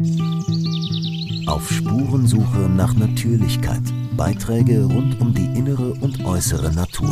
Auf Spurensuche nach Natürlichkeit. Beiträge rund um die innere und äußere Natur.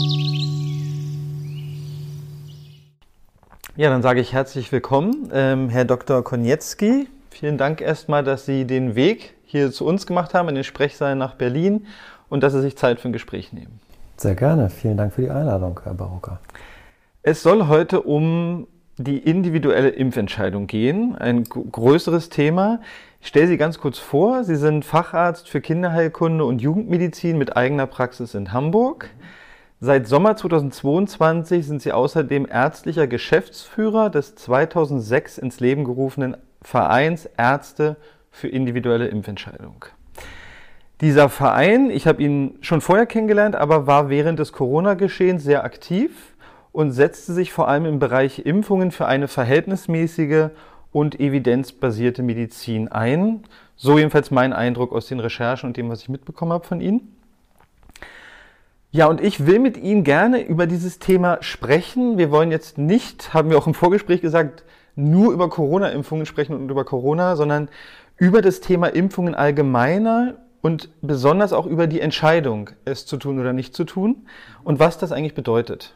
Ja, dann sage ich herzlich willkommen, Herr Dr. Konietzki. Vielen Dank erstmal, dass Sie den Weg hier zu uns gemacht haben, in den Sprechsaal nach Berlin, und dass Sie sich Zeit für ein Gespräch nehmen. Sehr gerne. Vielen Dank für die Einladung, Herr Barucker. Es soll heute um die individuelle Impfentscheidung gehen, ein größeres Thema. Ich stelle Sie ganz kurz vor. Sie sind Facharzt für Kinderheilkunde und Jugendmedizin mit eigener Praxis in Hamburg. Seit Sommer 2022 sind Sie außerdem ärztlicher Geschäftsführer des 2006 ins Leben gerufenen Vereins Ärzte für individuelle Impfentscheidung. Dieser Verein, ich habe ihn schon vorher kennengelernt, aber war während des Corona-Geschehens sehr aktiv und setzte sich vor allem im Bereich Impfungen für eine verhältnismäßige und evidenzbasierte Medizin ein. So jedenfalls mein Eindruck aus den Recherchen und dem, was ich mitbekommen habe von Ihnen. Ja, und ich will mit Ihnen gerne über dieses Thema sprechen. Wir wollen jetzt nicht, haben wir auch im Vorgespräch gesagt, nur über Corona-Impfungen sprechen und über Corona, sondern über das Thema Impfungen allgemeiner und besonders auch über die Entscheidung, es zu tun oder nicht zu tun und was das eigentlich bedeutet.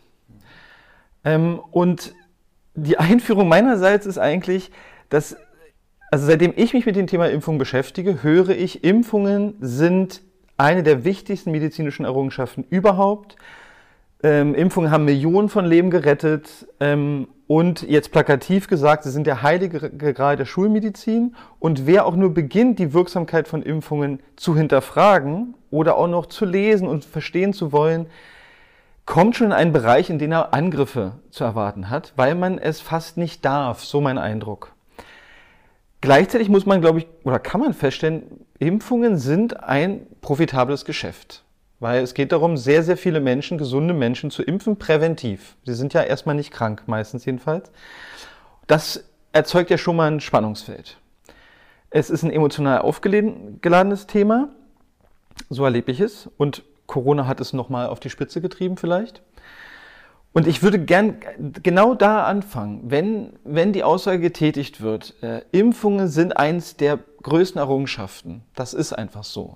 Und die Einführung meinerseits ist eigentlich, dass, also seitdem ich mich mit dem Thema Impfung beschäftige, höre ich, Impfungen sind eine der wichtigsten medizinischen Errungenschaften überhaupt. Impfungen haben Millionen von Leben gerettet und jetzt plakativ gesagt, sie sind der heilige Gral der Schulmedizin, und wer auch nur beginnt, die Wirksamkeit von Impfungen zu hinterfragen oder auch noch zu lesen und verstehen zu wollen, kommt schon in einen Bereich, in den er Angriffe zu erwarten hat, weil man es fast nicht darf, so mein Eindruck. Gleichzeitig muss man, glaube ich, oder kann man feststellen, Impfungen sind ein profitables Geschäft. Weil es geht darum, sehr, sehr viele Menschen, gesunde Menschen zu impfen, präventiv. Sie sind ja erstmal nicht krank, meistens jedenfalls. Das erzeugt ja schon mal ein Spannungsfeld. Es ist ein emotional aufgeladenes Thema, so erlebe ich es. Und Corona hat es nochmal auf die Spitze getrieben vielleicht. Und ich würde gern genau da anfangen, wenn die Aussage getätigt wird, Impfungen sind eins der größten Errungenschaften, das ist einfach so,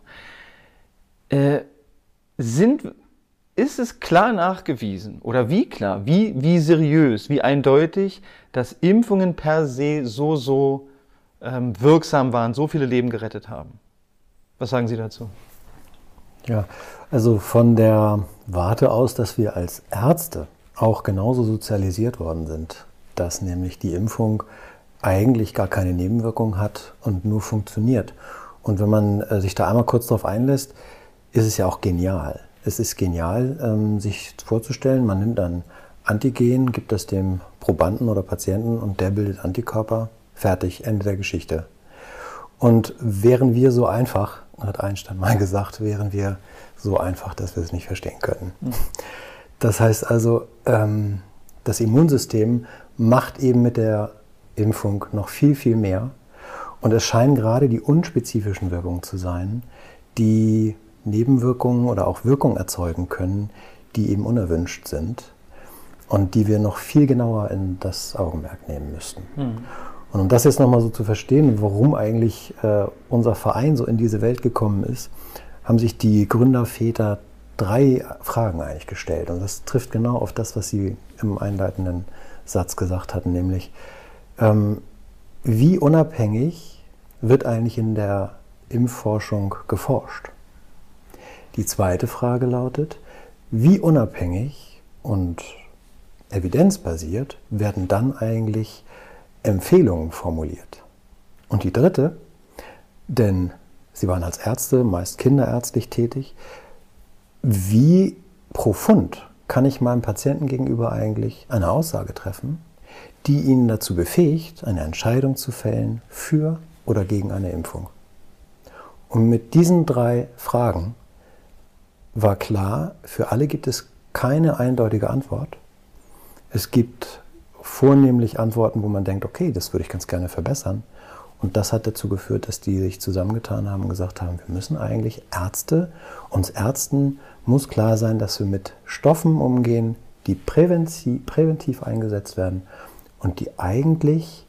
ist es klar nachgewiesen oder wie klar, wie seriös, wie eindeutig, dass Impfungen per se so wirksam waren, so viele Leben gerettet haben? Was sagen Sie dazu? Ja, also von der Warte aus, dass wir als Ärzte auch genauso sozialisiert worden sind, dass nämlich die Impfung eigentlich gar keine Nebenwirkungen hat und nur funktioniert. Und wenn man sich da einmal kurz drauf einlässt, ist es ja auch genial. Es ist genial, sich vorzustellen, man nimmt dann Antigen, gibt das dem Probanden oder Patienten und der bildet Antikörper, fertig, Ende der Geschichte. Und wären wir so einfach, hat Einstein mal gesagt, wären wir so einfach, dass wir es nicht verstehen könnten. Das heißt also, das Immunsystem macht eben mit der Impfung noch viel, viel mehr. Und es scheinen gerade die unspezifischen Wirkungen zu sein, die Nebenwirkungen oder auch Wirkungen erzeugen können, die eben unerwünscht sind und die wir noch viel genauer in das Augenmerk nehmen müssten. Und um das jetzt nochmal so zu verstehen, warum eigentlich unser Verein so in diese Welt gekommen ist, haben sich die Gründerväter 3 Fragen eigentlich gestellt. Und das trifft genau auf das, was Sie im einleitenden Satz gesagt hatten, nämlich wie unabhängig wird eigentlich in der Impfforschung geforscht? Die zweite Frage lautet, wie unabhängig und evidenzbasiert werden dann eigentlich Empfehlungen formuliert? Und die dritte, denn Sie waren als Ärzte, meist kinderärztlich tätig, wie profund kann ich meinem Patienten gegenüber eigentlich eine Aussage treffen, die ihn dazu befähigt, eine Entscheidung zu fällen für oder gegen eine Impfung? Und mit diesen 3 Fragen war klar, für alle gibt es keine eindeutige Antwort. Es gibt vornehmlich Antworten, wo man denkt, okay, das würde ich ganz gerne verbessern. Und das hat dazu geführt, dass die sich zusammengetan haben und gesagt haben, wir müssen eigentlich uns Ärzten muss klar sein, dass wir mit Stoffen umgehen, die präventiv eingesetzt werden und die eigentlich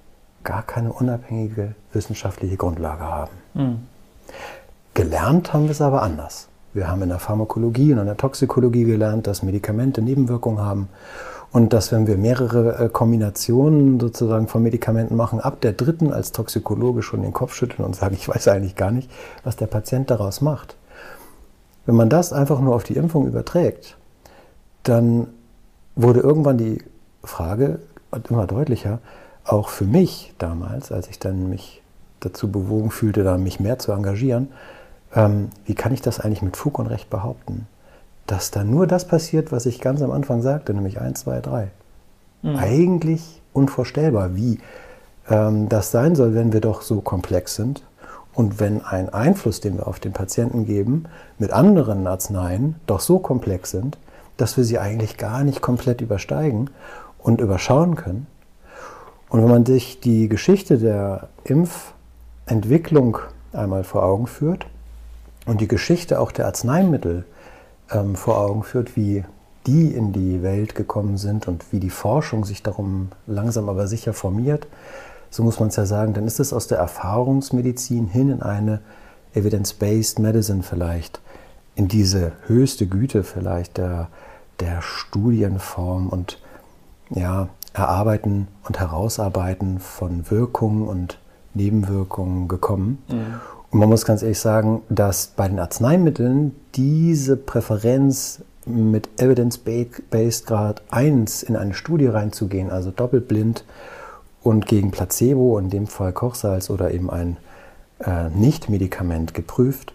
gar keine unabhängige wissenschaftliche Grundlage haben. Gelernt haben wir es aber anders. Wir haben in der Pharmakologie und in der Toxikologie gelernt, dass Medikamente Nebenwirkungen haben und dass, wenn wir mehrere Kombinationen sozusagen von Medikamenten machen, ab der dritten als Toxikologe schon den Kopf schütteln und sagen, ich weiß eigentlich gar nicht, was der Patient daraus macht. Wenn man das einfach nur auf die Impfung überträgt, dann wurde irgendwann die Frage immer deutlicher, auch für mich damals, als ich dann mich dazu bewogen fühlte, da mich mehr zu engagieren, wie kann ich das eigentlich mit Fug und Recht behaupten, dass da nur das passiert, was ich ganz am Anfang sagte, nämlich 1, 2, 3. Eigentlich unvorstellbar, wie das sein soll, wenn wir doch so komplex sind und wenn ein Einfluss, den wir auf den Patienten geben, mit anderen Arzneien doch so komplex sind, dass wir sie eigentlich gar nicht komplett übersteigen und überschauen können. Und wenn man sich die Geschichte der Impfentwicklung einmal vor Augen führt und die Geschichte auch der Arzneimittel vor Augen führt, wie die in die Welt gekommen sind und wie die Forschung sich darum langsam aber sicher formiert, so muss man es ja sagen, dann ist es aus der Erfahrungsmedizin hin in eine Evidence-Based Medicine vielleicht, in diese höchste Güte vielleicht der Studienform und ja, Erarbeiten und Herausarbeiten von Wirkungen und Nebenwirkungen gekommen. Und man muss ganz ehrlich sagen, dass bei den Arzneimitteln diese Präferenz mit Evidence-Based Grad 1 in eine Studie reinzugehen, also doppelblind und gegen Placebo, in dem Fall Kochsalz oder eben ein Nicht-Medikament geprüft,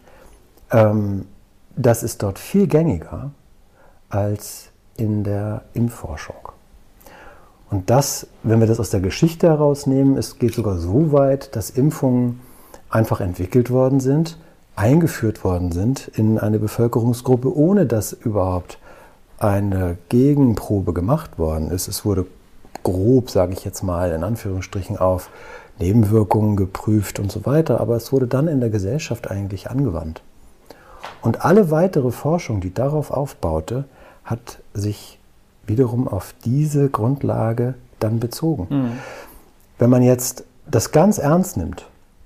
das ist dort viel gängiger als in der Impfforschung. Und das, wenn wir das aus der Geschichte herausnehmen, es geht sogar so weit, dass Impfungen einfach entwickelt worden sind, eingeführt worden sind in eine Bevölkerungsgruppe, ohne dass überhaupt eine Gegenprobe gemacht worden ist. Es wurde grob, sage ich jetzt mal, in Anführungsstrichen auf Nebenwirkungen geprüft und so weiter, aber es wurde dann in der Gesellschaft eigentlich angewandt. Und alle weitere Forschung, die darauf aufbaute, hat sich wiederum auf diese Grundlage dann bezogen. Wenn man jetzt das ganz ernst nimmt,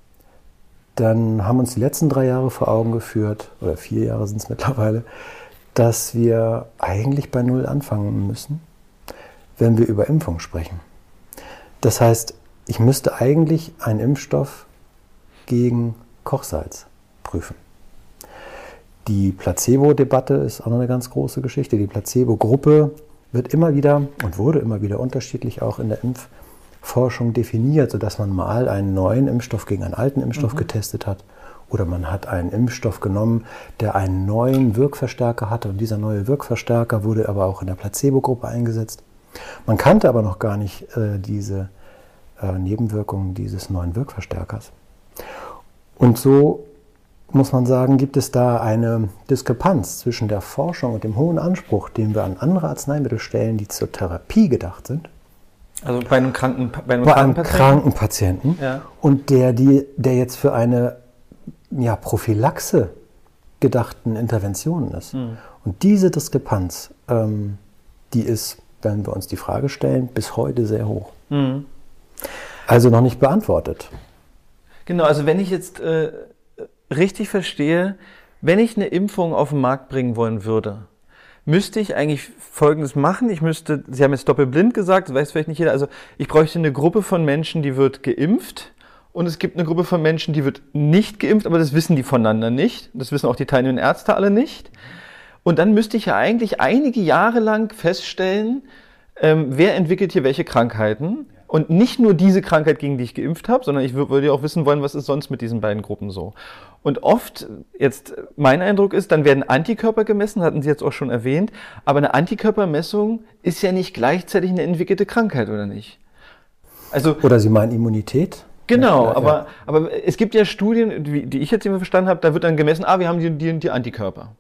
dann haben uns die letzten 3 Jahre vor Augen geführt, oder 4 Jahre sind es mittlerweile, dass wir eigentlich bei Null anfangen müssen, wenn wir über Impfung sprechen. Das heißt, ich müsste eigentlich einen Impfstoff gegen Kochsalz prüfen. Die Placebo-Debatte ist auch noch eine ganz große Geschichte. Die Placebo-Gruppe wird immer wieder und wurde immer wieder unterschiedlich auch in der Impfforschung definiert, sodass man mal einen neuen Impfstoff gegen einen alten Impfstoff getestet hat. Oder man hat einen Impfstoff genommen, der einen neuen Wirkverstärker hatte und dieser neue Wirkverstärker wurde aber auch in der Placebo-Gruppe eingesetzt. Man kannte aber noch gar nicht diese Nebenwirkungen dieses neuen Wirkverstärkers. Und so muss man sagen, gibt es da eine Diskrepanz zwischen der Forschung und dem hohen Anspruch, den wir an andere Arzneimittel stellen, die zur Therapie gedacht sind. Also bei einem kranken Patienten. Ja. Und der jetzt für eine Prophylaxe gedachten Interventionen ist. Und diese Diskrepanz, die ist, wenn wir uns die Frage stellen, bis heute sehr hoch. Also noch nicht beantwortet. Genau, also wenn ich jetzt richtig verstehe, wenn ich eine Impfung auf den Markt bringen wollen würde, müsste ich eigentlich Folgendes machen. Sie haben jetzt doppelblind gesagt, das weiß vielleicht nicht jeder, also ich bräuchte eine Gruppe von Menschen, die wird geimpft und es gibt eine Gruppe von Menschen, die wird nicht geimpft, aber das wissen die voneinander nicht. Das wissen auch die teilnehmenden Ärzte alle nicht. Und dann müsste ich ja eigentlich einige Jahre lang feststellen, wer entwickelt hier welche Krankheiten. Und nicht nur diese Krankheit, gegen die ich geimpft habe, sondern ich würde ja auch wissen wollen, was ist sonst mit diesen beiden Gruppen so. Und oft, jetzt mein Eindruck ist, dann werden Antikörper gemessen, hatten Sie jetzt auch schon erwähnt, aber eine Antikörpermessung ist ja nicht gleichzeitig eine entwickelte Krankheit, oder nicht? Also, oder Sie meinen Immunität? Genau, ja, aber es gibt ja Studien, die ich jetzt immer verstanden habe, da wird dann gemessen, wir haben die Antikörper.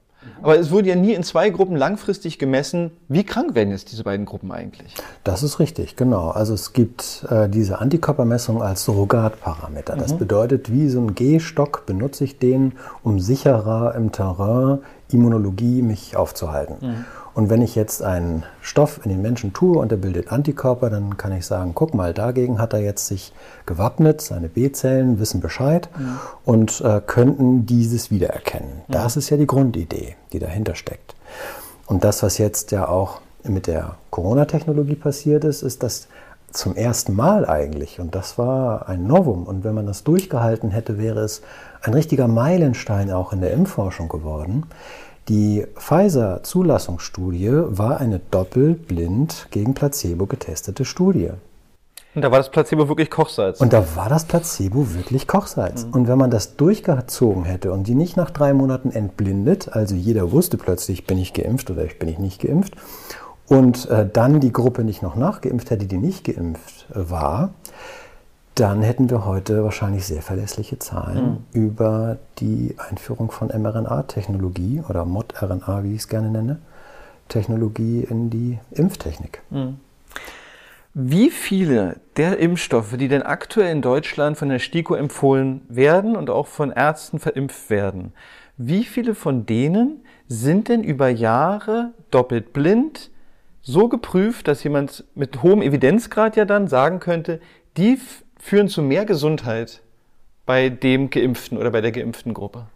Aber es wurde ja nie in zwei Gruppen langfristig gemessen. Wie krank werden jetzt diese beiden Gruppen eigentlich? Das ist richtig, genau. Also es gibt diese Antikörpermessung als Surrogatparameter. Das bedeutet, wie so ein Gehstock benutze ich den, um sicherer im Terrain Immunologie mich aufzuhalten. Und wenn ich jetzt einen Stoff in den Menschen tue und er bildet Antikörper, dann kann ich sagen, guck mal, dagegen hat er jetzt sich gewappnet, seine B-Zellen wissen Bescheid und könnten dieses wiedererkennen. Das ist ja die Grundidee, die dahinter steckt. Und das, was jetzt ja auch mit der Corona-Technologie passiert ist, ist, dass zum ersten Mal eigentlich, und das war ein Novum, und wenn man das durchgehalten hätte, wäre es ein richtiger Meilenstein auch in der Impfforschung geworden. Die Pfizer-Zulassungsstudie war eine doppelblind gegen Placebo getestete Studie. Und da war das Placebo wirklich Kochsalz? Und da war das Placebo wirklich Kochsalz. Und wenn man das durchgezogen hätte und die nicht nach 3 Monaten entblindet, also jeder wusste plötzlich, bin ich geimpft oder bin ich nicht geimpft, und dann die Gruppe nicht noch nachgeimpft hätte, die nicht geimpft war, dann hätten wir heute wahrscheinlich sehr verlässliche Zahlen über die Einführung von mRNA-Technologie oder Mod-RNA, wie ich es gerne nenne, Technologie in die Impftechnik. Wie viele der Impfstoffe, die denn aktuell in Deutschland von der STIKO empfohlen werden und auch von Ärzten verimpft werden, wie viele von denen sind denn über Jahre doppelt blind so geprüft, dass jemand mit hohem Evidenzgrad ja dann sagen könnte, die führen zu mehr Gesundheit bei dem Geimpften oder bei der geimpften Gruppe?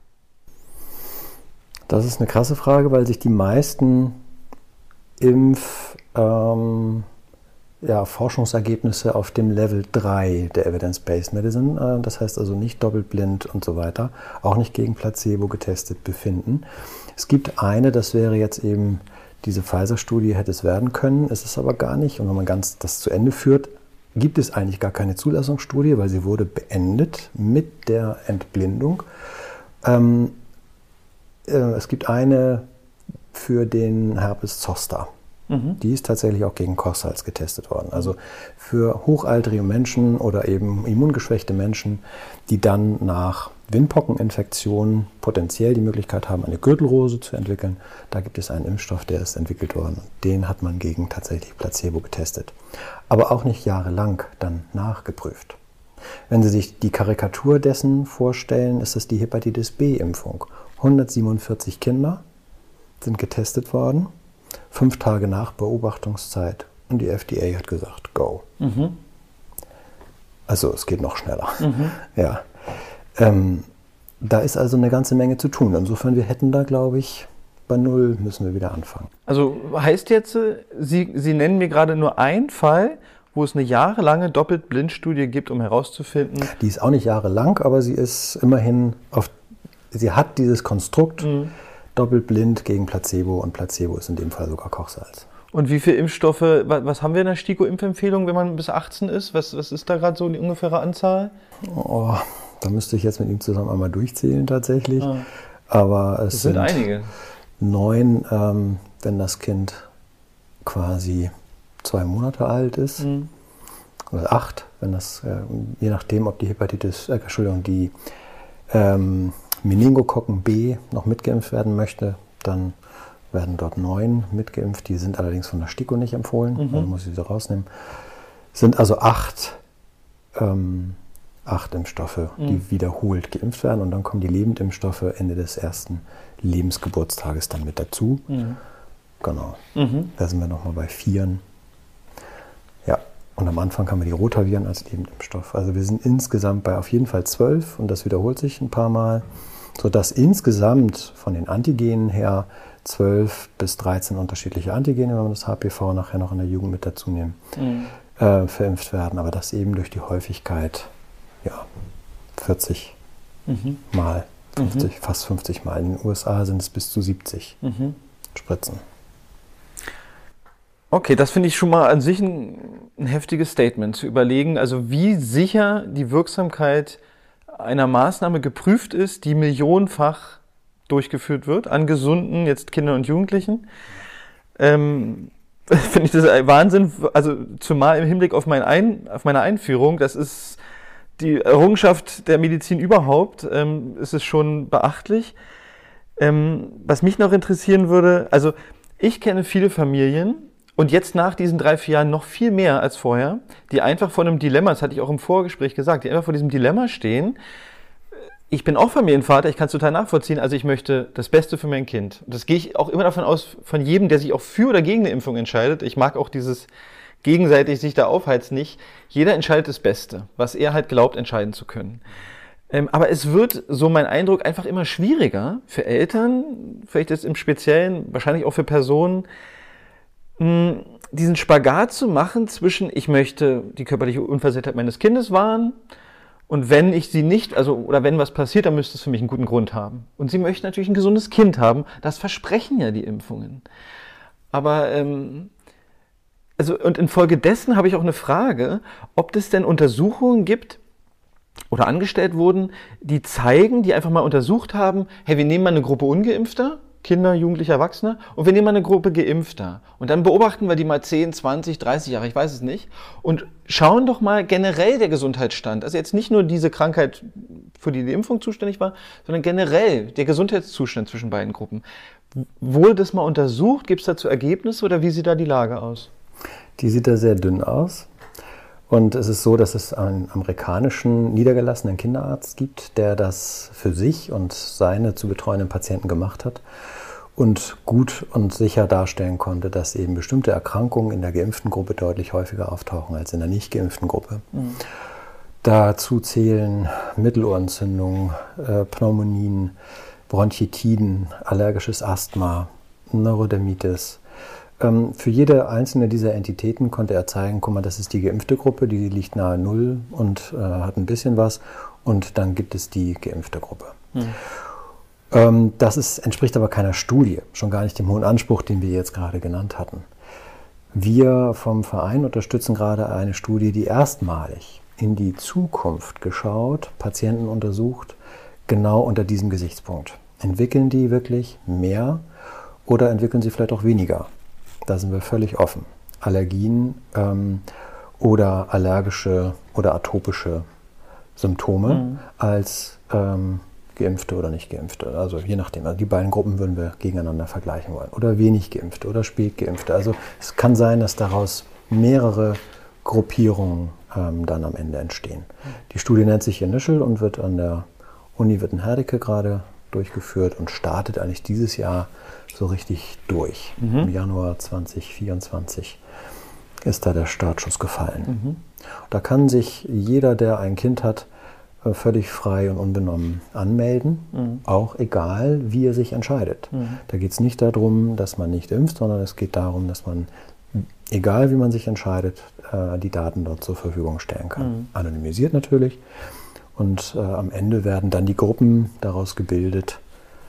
Das ist eine krasse Frage, weil sich die meisten Forschungsergebnisse auf dem Level 3 der Evidence-Based Medicine, das heißt also nicht doppelblind und so weiter, auch nicht gegen Placebo getestet befinden. Es gibt eine, das wäre jetzt eben diese Pfizer-Studie, hätte es werden können, ist es aber gar nicht. Und wenn man das zu Ende führt, gibt es eigentlich gar keine Zulassungsstudie, weil sie wurde beendet mit der Entblindung. Es gibt eine für den Herpes Zoster. Die ist tatsächlich auch gegen Kochsalz getestet worden. Also für hochaltrige Menschen oder eben immungeschwächte Menschen, die dann nach Windpockeninfektionen potenziell die Möglichkeit haben, eine Gürtelrose zu entwickeln. Da gibt es einen Impfstoff, der ist entwickelt worden. Den hat man gegen tatsächlich Placebo getestet. Aber auch nicht jahrelang dann nachgeprüft. Wenn Sie sich die Karikatur dessen vorstellen, ist es die Hepatitis B-Impfung. 147 Kinder sind getestet worden. 5 Tage nach Beobachtungszeit und die FDA hat gesagt, go. Also es geht noch schneller. Ja. Da ist also eine ganze Menge zu tun. Insofern, wir hätten da, glaube ich, bei Null müssen wir wieder anfangen. Also heißt jetzt, Sie nennen mir gerade nur einen Fall, wo es eine jahrelange Doppelblindstudie gibt, um herauszufinden. Die ist auch nicht jahrelang, aber sie ist immerhin sie hat dieses Konstrukt, doppelblind gegen Placebo, und Placebo ist in dem Fall sogar Kochsalz. Und wie viele Impfstoffe, was haben wir in der STIKO-Impfempfehlung, wenn man bis 18 ist? Was ist da gerade so die ungefähre Anzahl? Oh, da müsste ich jetzt mit ihm zusammen einmal durchzählen tatsächlich. Aber es sind einige. 9, wenn das Kind quasi 2 Monate alt ist. Oder 8, wenn das, je nachdem, ob die die Meningokokken B noch mitgeimpft werden möchte, dann werden dort 9 mitgeimpft. Die sind allerdings von der STIKO nicht empfohlen, also muss ich sie rausnehmen. Sind also 8 Impfstoffe, die wiederholt geimpft werden, und dann kommen die Lebendimpfstoffe Ende des ersten Lebensgeburtstages dann mit dazu. Genau. Da sind wir nochmal bei 4. Ja, und am Anfang haben wir die Rotaviren als Lebendimpfstoff. Also wir sind insgesamt bei auf jeden Fall 12, und das wiederholt sich ein paar Mal, sodass insgesamt von den Antigenen her 12 bis 13 unterschiedliche Antigene, wenn wir das HPV nachher noch in der Jugend mit dazu nehmen, verimpft werden. Aber das eben durch die Häufigkeit 40 Mal, 50, fast 50 Mal. In den USA sind es bis zu 70 Spritzen. Okay, das finde ich schon mal an sich ein heftiges Statement, zu überlegen, also wie sicher die Wirksamkeit einer Maßnahme geprüft ist, die millionenfach durchgeführt wird an gesunden, jetzt Kindern und Jugendlichen. Finde ich das ein Wahnsinn, also zumal im Hinblick auf meine Einführung, das ist die Errungenschaft der Medizin überhaupt, ist es schon beachtlich. Was mich noch interessieren würde, also ich kenne viele Familien und jetzt nach diesen 3-4 Jahren noch viel mehr als vorher, die einfach vor einem Dilemma, das hatte ich auch im Vorgespräch gesagt, die einfach vor diesem Dilemma stehen. Ich bin auch Familienvater, ich kann es total nachvollziehen, also ich möchte das Beste für mein Kind. Und das gehe ich auch immer davon aus, von jedem, der sich auch für oder gegen eine Impfung entscheidet. Ich mag auch dieses gegenseitig sich da aufheizen nicht. Jeder entscheidet das Beste, was er halt glaubt, entscheiden zu können. Aber es wird, so mein Eindruck, einfach immer schwieriger für Eltern, vielleicht jetzt im Speziellen, wahrscheinlich auch für Personen, diesen Spagat zu machen zwischen, ich möchte die körperliche Unversehrtheit meines Kindes wahren und wenn ich sie nicht, also oder wenn was passiert, dann müsste es für mich einen guten Grund haben. Und sie möchten natürlich ein gesundes Kind haben. Das versprechen ja die Impfungen. Aber und infolgedessen habe ich auch eine Frage, ob es denn Untersuchungen gibt oder angestellt wurden, die zeigen, die einfach mal untersucht haben, hey, wir nehmen mal eine Gruppe Ungeimpfter, Kinder, Jugendliche, Erwachsene, und wir nehmen mal eine Gruppe Geimpfter. Und dann beobachten wir die mal 10, 20, 30 Jahre, ich weiß es nicht, und schauen doch mal generell der Gesundheitsstand. Also jetzt nicht nur diese Krankheit, für die die Impfung zuständig war, sondern generell der Gesundheitszustand zwischen beiden Gruppen. Wurde das mal untersucht? Gibt es dazu Ergebnisse oder wie sieht da die Lage aus? Die sieht da sehr dünn aus. Und es ist so, dass es einen amerikanischen niedergelassenen Kinderarzt gibt, der das für sich und seine zu betreuenden Patienten gemacht hat und gut und sicher darstellen konnte, dass eben bestimmte Erkrankungen in der geimpften Gruppe deutlich häufiger auftauchen als in der nicht geimpften Gruppe. Mhm. Dazu zählen Mittelohrentzündungen, Pneumonien, Bronchitiden, allergisches Asthma, Neurodermitis. Für jede einzelne dieser Entitäten konnte er zeigen, guck mal, das ist die geimpfte Gruppe, die liegt nahe Null und hat ein bisschen was. Und dann gibt es die geimpfte Gruppe. Das entspricht aber keiner Studie, schon gar nicht dem hohen Anspruch, den wir jetzt gerade genannt hatten. Wir vom Verein unterstützen gerade eine Studie, die erstmalig in die Zukunft geschaut, Patienten untersucht, genau unter diesem Gesichtspunkt. Entwickeln die wirklich mehr oder entwickeln sie vielleicht auch weniger? Da sind wir völlig offen. Allergien oder allergische oder atopische Symptome als Geimpfte oder nicht Geimpfte. Also je nachdem. Also die beiden Gruppen würden wir gegeneinander vergleichen wollen. Oder wenig Geimpfte oder spät Geimpfte. Also es kann sein, dass daraus mehrere Gruppierungen dann am Ende entstehen. Die Studie nennt sich Initial und wird an der Uni Witten-Herdecke gerade durchgeführt und startet eigentlich dieses Jahr so richtig durch. Im Januar 2024 ist da der Startschuss gefallen. Da kann sich jeder, der ein Kind hat, völlig frei und unbenommen anmelden, auch egal, wie er sich entscheidet. Da geht es nicht darum, dass man nicht impft, sondern es geht darum, dass man, egal wie man sich entscheidet, die Daten dort zur Verfügung stellen kann. Anonymisiert natürlich. Und am Ende werden dann die Gruppen daraus gebildet,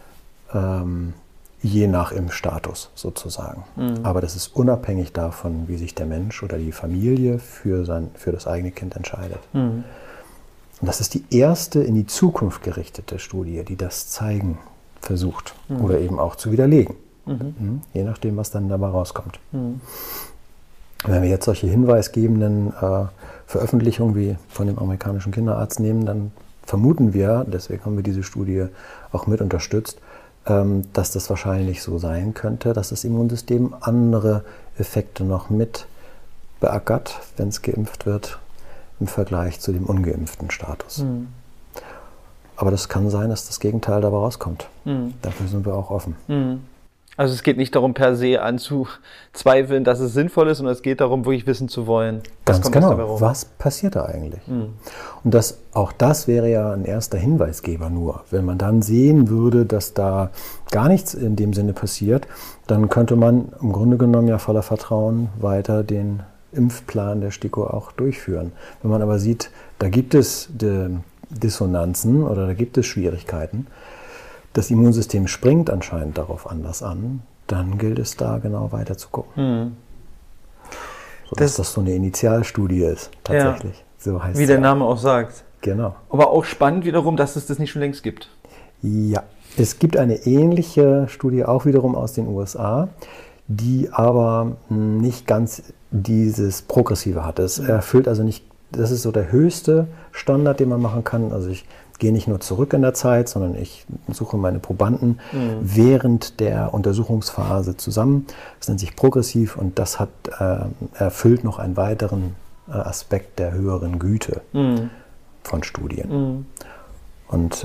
je nach Impfstatus sozusagen. Aber das ist unabhängig davon, wie sich der Mensch oder die Familie für das eigene Kind entscheidet. Und das ist die erste in die Zukunft gerichtete Studie, die das zeigen versucht oder eben auch zu widerlegen. Je nachdem, was dann dabei rauskommt. Wenn wir jetzt solche hinweisgebenden Veröffentlichungen wie von dem amerikanischen Kinderarzt nehmen, dann vermuten wir, deswegen haben wir diese Studie auch mit unterstützt, dass das wahrscheinlich so sein könnte, dass das Immunsystem andere Effekte noch mit beackert, wenn es geimpft wird, im Vergleich zu dem ungeimpften Status. Aber das kann sein, dass das Gegenteil dabei rauskommt. Dafür sind wir auch offen. Also es geht nicht darum, per se anzuzweifeln, dass es sinnvoll ist, sondern es geht darum, wirklich wissen zu wollen. Ganz genau. Was passiert da eigentlich? Und auch das wäre ja ein erster Hinweisgeber nur. Wenn man dann sehen würde, dass da gar nichts in dem Sinne passiert, dann könnte man im Grunde genommen ja voller Vertrauen weiter den Impfplan der STIKO auch durchführen. Wenn man aber sieht, da gibt es Dissonanzen oder da gibt es Schwierigkeiten, das Immunsystem springt anscheinend darauf anders an, dann gilt es da genau weiter zu gucken. Sodass das so eine Initialstudie ist, tatsächlich. Ja, so heißt wie der Name auch sagt. Genau. Aber auch spannend wiederum, dass es das nicht schon längst gibt. Ja, es gibt eine ähnliche Studie auch wiederum aus den USA, die aber nicht ganz dieses Progressive hat. Es erfüllt also nicht das ist so der höchste Standard, den man machen kann. Also ich gehe nicht nur zurück in der Zeit, sondern ich suche meine Probanden während der Untersuchungsphase zusammen. Das nennt sich progressiv und das erfüllt noch einen weiteren Aspekt der höheren Güte von Studien. Und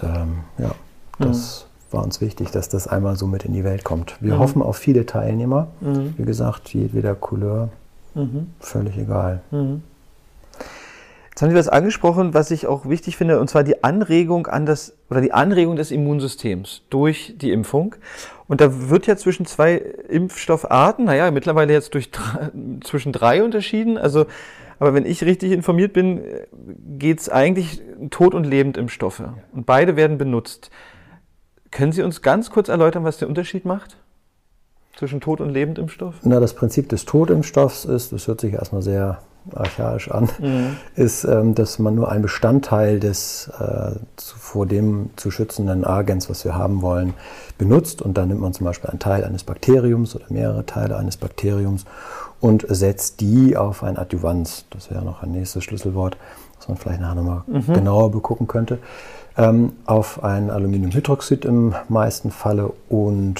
das war uns wichtig, dass das einmal so mit in die Welt kommt. Wir hoffen auf viele Teilnehmer. Wie gesagt, jedweder Couleur, völlig egal. Jetzt haben Sie was angesprochen, was ich auch wichtig finde, und zwar die Anregung die Anregung des Immunsystems durch die Impfung. Und da wird ja zwischen zwei Impfstoffarten, mittlerweile jetzt zwischen 3 unterschieden. Also, aber wenn ich richtig informiert bin, geht es eigentlich Tod- und Lebendimpfstoffe. Und beide werden benutzt. Können Sie uns ganz kurz erläutern, was der Unterschied macht zwischen Tod- und Lebendimpfstoff? Na, das Prinzip des Totimpfstoffs ist, das hört sich erstmal sehr archaisch an, ist, dass man nur einen Bestandteil des vor dem zu schützenden Agens, was wir haben wollen, benutzt. Und dann nimmt man zum Beispiel einen Teil eines Bakteriums oder mehrere Teile eines Bakteriums und setzt die auf ein Adjuvans. Das wäre noch ein nächstes Schlüsselwort, was man vielleicht nachher nochmal genauer begucken könnte. Auf ein Aluminiumhydroxid im meisten Falle und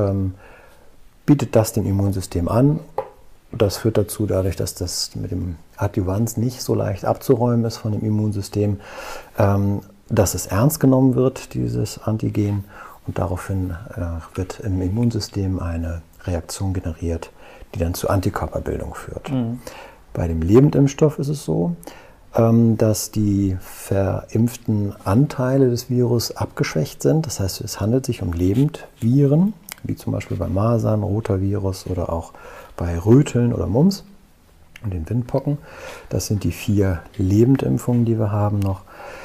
bietet das dem Immunsystem an. Das führt dazu, dadurch, dass das mit dem Adjuvans nicht so leicht abzuräumen ist von dem Immunsystem, dass es ernst genommen wird, dieses Antigen, und daraufhin wird im Immunsystem eine Reaktion generiert, die dann zu Antikörperbildung führt. Bei dem Lebendimpfstoff ist es so, dass die verimpften Anteile des Virus abgeschwächt sind. Das heißt, es handelt sich um Lebendviren, wie zum Beispiel bei Masern, Rotavirus oder auch bei Röteln oder Mumps und den Windpocken. Das sind die 4 Lebendimpfungen, die wir haben noch.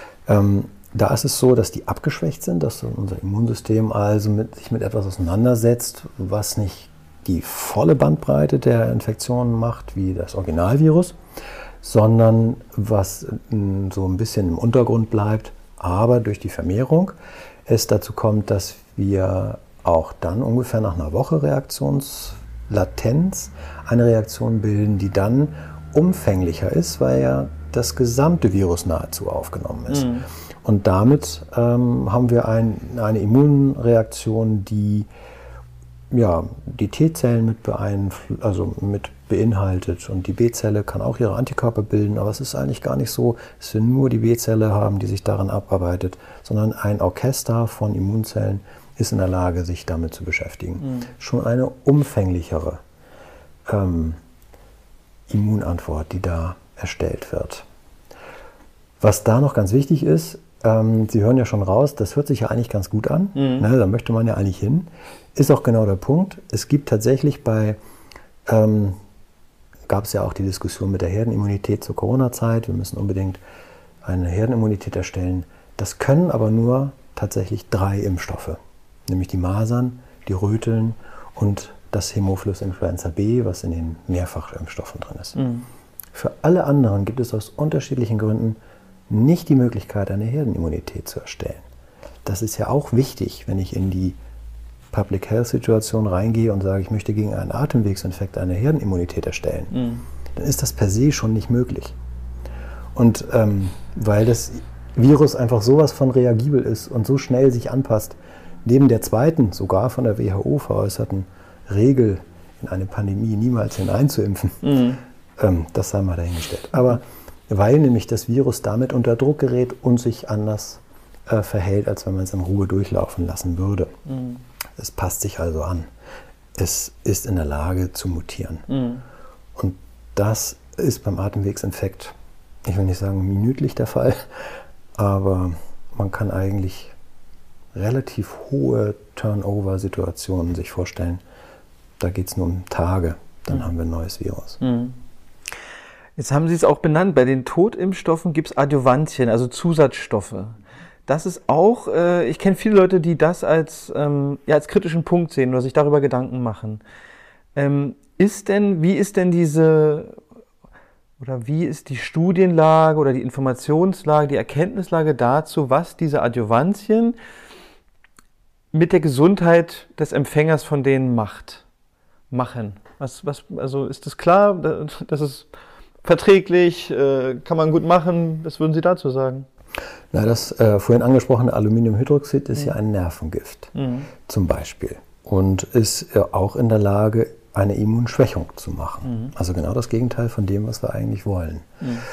Da ist es so, dass die abgeschwächt sind, dass unser Immunsystem also sich mit etwas auseinandersetzt, was nicht die volle Bandbreite der Infektionen macht, wie das Originalvirus, sondern was so ein bisschen im Untergrund bleibt, aber durch die Vermehrung es dazu kommt, dass wir auch dann ungefähr nach einer Woche Reaktionslatenz eine Reaktion bilden, die dann umfänglicher ist, weil ja das gesamte Virus nahezu aufgenommen ist. Und damit haben wir eine Immunreaktion, die die T-Zellen mit beinhaltet, und die B-Zelle kann auch ihre Antikörper bilden, aber es ist eigentlich gar nicht so, dass wir nur die B-Zelle haben, die sich daran abarbeitet, sondern ein Orchester von Immunzellen ist in der Lage, sich damit zu beschäftigen. Schon eine umfänglichere Immunantwort, die da erstellt wird. Was da noch ganz wichtig ist, Sie hören ja schon raus, das hört sich ja eigentlich ganz gut an, ne, da möchte man ja eigentlich hin. Ist auch genau der Punkt. Es gibt tatsächlich gab es ja auch die Diskussion mit der Herdenimmunität zur Corona-Zeit, wir müssen unbedingt eine Herdenimmunität erstellen. Das können aber nur tatsächlich 3 Impfstoffe, nämlich die Masern, die Röteln und das Hämophilus Influenza B, was in den Mehrfachimpfstoffen drin ist. Für alle anderen gibt es aus unterschiedlichen Gründen nicht die Möglichkeit, eine Herdenimmunität zu erstellen. Das ist ja auch wichtig, wenn ich in die Public Health Situation reingehe und sage, ich möchte gegen einen Atemwegsinfekt eine Herdenimmunität erstellen, dann ist das per se schon nicht möglich. Und weil das Virus einfach sowas von reagibel ist und so schnell sich anpasst, neben der zweiten, sogar von der WHO veräußerten Regel, in eine Pandemie niemals hineinzuimpfen, das sei mal dahingestellt. Aber weil nämlich das Virus damit unter Druck gerät und sich anders verhält, als wenn man es in Ruhe durchlaufen lassen würde. Es passt sich also an. Es ist in der Lage zu mutieren. Und das ist beim Atemwegsinfekt, ich will nicht sagen minütlich der Fall, aber man kann eigentlich relativ hohe Turnover-Situationen sich vorstellen. Da geht es nur um Tage, dann haben wir ein neues Virus. Jetzt haben Sie es auch benannt, bei den Totimpfstoffen gibt es Adjuvantien, also Zusatzstoffe. Das ist auch, ich kenne viele Leute, die das als kritischen Punkt sehen oder sich darüber Gedanken machen. Wie ist die Studienlage oder die Informationslage, die Erkenntnislage dazu, was diese Adjuvantien mit der Gesundheit des Empfängers von denen machen? Also ist es klar, dass es verträglich, kann man gut machen. Was würden Sie dazu sagen? Na, das vorhin angesprochene Aluminiumhydroxid ist ja ein Nervengift, zum Beispiel. Und ist auch in der Lage, eine Immunschwächung zu machen. Also genau das Gegenteil von dem, was wir eigentlich wollen.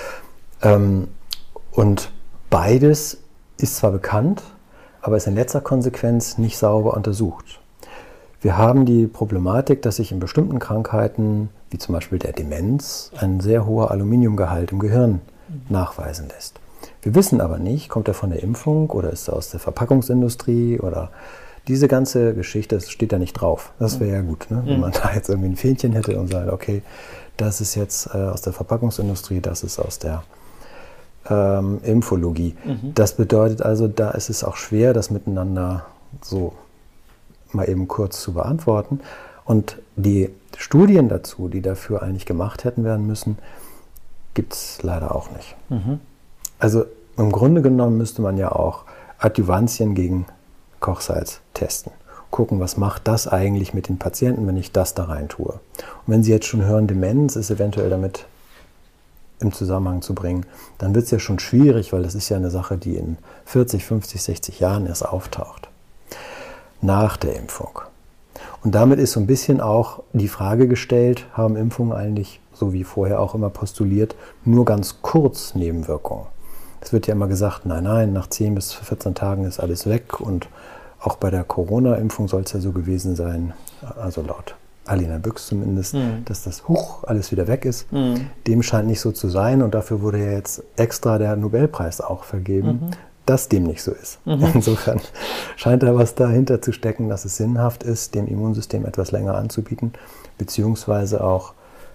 Und beides ist zwar bekannt, aber ist in letzter Konsequenz nicht sauber untersucht. Wir haben die Problematik, dass sich in bestimmten Krankheiten, wie zum Beispiel der Demenz, ein sehr hoher Aluminiumgehalt im Gehirn nachweisen lässt. Wir wissen aber nicht, kommt er von der Impfung oder ist er aus der Verpackungsindustrie oder diese ganze Geschichte, das steht da nicht drauf. Das wäre ja gut, ne? Wenn man da jetzt irgendwie ein Fähnchen hätte und sagt, okay, das ist jetzt aus der Verpackungsindustrie, das ist aus der Impfologie. Das bedeutet also, da ist es auch schwer, das miteinander so mal eben kurz zu beantworten. Und die Studien dazu, die dafür eigentlich gemacht hätten werden müssen, gibt es leider auch nicht. Also im Grunde genommen müsste man ja auch Adjuvantien gegen Kochsalz testen. Gucken, was macht das eigentlich mit den Patienten, wenn ich das da rein tue. Und wenn Sie jetzt schon hören, Demenz ist eventuell damit im Zusammenhang zu bringen, dann wird es ja schon schwierig, weil das ist ja eine Sache, die in 40, 50, 60 Jahren erst auftaucht. Nach der Impfung. Und damit ist so ein bisschen auch die Frage gestellt, haben Impfungen eigentlich, so wie vorher auch immer postuliert, nur ganz kurz Nebenwirkungen. Es wird ja immer gesagt, nein, nach 10 bis 14 Tagen ist alles weg und auch bei der Corona-Impfung soll es ja so gewesen sein, also laut Alina Büchs zumindest, dass das alles wieder weg ist. Dem scheint nicht so zu sein und dafür wurde ja jetzt extra der Nobelpreis auch vergeben, dass dem nicht so ist. Insofern scheint da was dahinter zu stecken, dass es sinnhaft ist, dem Immunsystem etwas länger anzubieten, beziehungsweise auch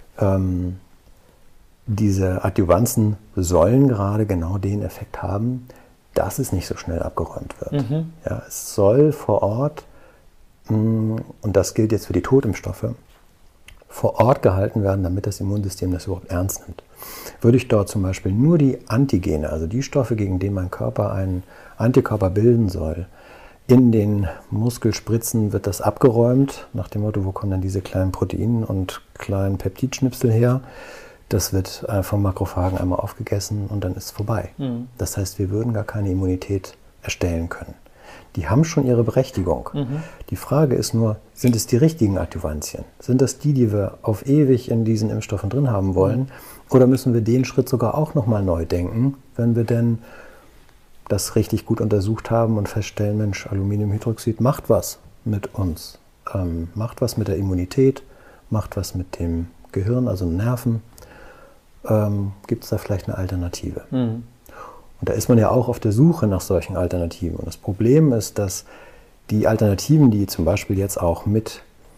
diese Adjuvanzen sollen gerade genau den Effekt haben, dass es nicht so schnell abgeräumt wird. Ja, es soll vor Ort, und das gilt jetzt für die Totimpfstoffe, vor Ort gehalten werden, damit das Immunsystem das überhaupt ernst nimmt. Würde ich dort zum Beispiel nur die Antigene, also die Stoffe, gegen die mein Körper einen Antikörper bilden soll, in den Muskel spritzen, wird das abgeräumt, nach dem Motto, wo kommen dann diese kleinen Proteinen und kleinen Peptidschnipsel her? Das wird vom Makrophagen einmal aufgegessen und dann ist es vorbei. Das heißt, wir würden gar keine Immunität erstellen können. Die haben schon ihre Berechtigung. Die Frage ist nur, sind es die richtigen Adjuvantien? Sind das die wir auf ewig in diesen Impfstoffen drin haben wollen? Oder müssen wir den Schritt sogar auch nochmal neu denken, wenn wir denn das richtig gut untersucht haben und feststellen, Mensch, Aluminiumhydroxid macht was mit uns, macht was mit der Immunität, macht was mit dem Gehirn, also Nerven. Gibt es da vielleicht eine Alternative? Und da ist man ja auch auf der Suche nach solchen Alternativen. Und das Problem ist, dass die Alternativen, die zum Beispiel jetzt auch mit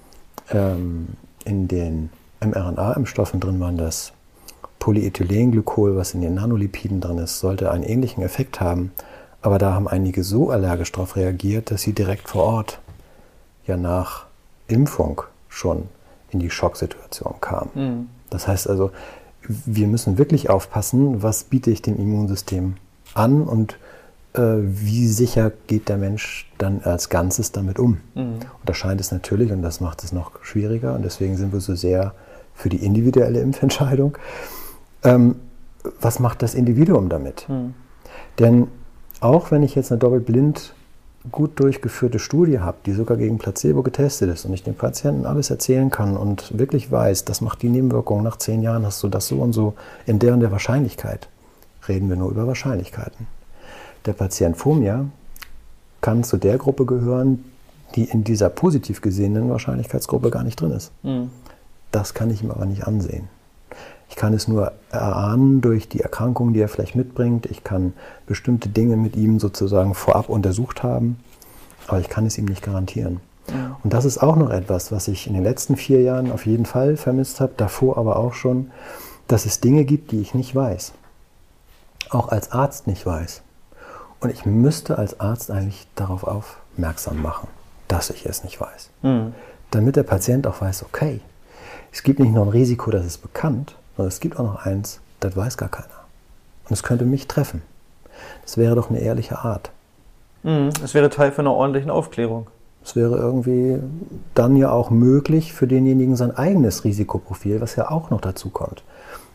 in den mRNA-Impfstoffen drin waren, das Polyethylenglykol, was in den Nanolipiden drin ist, sollte einen ähnlichen Effekt haben. Aber da haben einige so allergisch darauf reagiert, dass sie direkt vor Ort ja nach Impfung schon in die Schocksituation kamen. Das heißt also, wir müssen wirklich aufpassen, was biete ich dem Immunsystem an und wie sicher geht der Mensch dann als Ganzes damit um. Und da scheint es natürlich, und das macht es noch schwieriger, und deswegen sind wir so sehr für die individuelle Impfentscheidung. Was macht das Individuum damit? Denn auch wenn ich jetzt eine doppelblind gut durchgeführte Studie habe, die sogar gegen Placebo getestet ist und ich dem Patienten alles erzählen kann und wirklich weiß, das macht die Nebenwirkung, nach 10 Jahren hast du das so und so in der und der Wahrscheinlichkeit, reden wir nur über Wahrscheinlichkeiten. Der Patient vor mir kann zu der Gruppe gehören, die in dieser positiv gesehenen Wahrscheinlichkeitsgruppe gar nicht drin ist. Das kann ich ihm aber nicht ansehen. Ich kann es nur erahnen durch die Erkrankungen, die er vielleicht mitbringt. Ich kann bestimmte Dinge mit ihm sozusagen vorab untersucht haben, aber ich kann es ihm nicht garantieren. Und das ist auch noch etwas, was ich in den letzten 4 Jahren auf jeden Fall vermisst habe, davor aber auch schon, dass es Dinge gibt, die ich nicht weiß. Auch als Arzt nicht weiß. Und ich müsste als Arzt eigentlich darauf aufmerksam machen, dass ich es nicht weiß. Damit der Patient auch weiß, okay, es gibt nicht nur ein Risiko, das ist bekannt, sondern es gibt auch noch eins, das weiß gar keiner. Und es könnte mich treffen. Das wäre doch eine ehrliche Art. Es wäre Teil von einer ordentlichen Aufklärung. Es wäre irgendwie dann ja auch möglich für denjenigen sein eigenes Risikoprofil, was ja auch noch dazu kommt,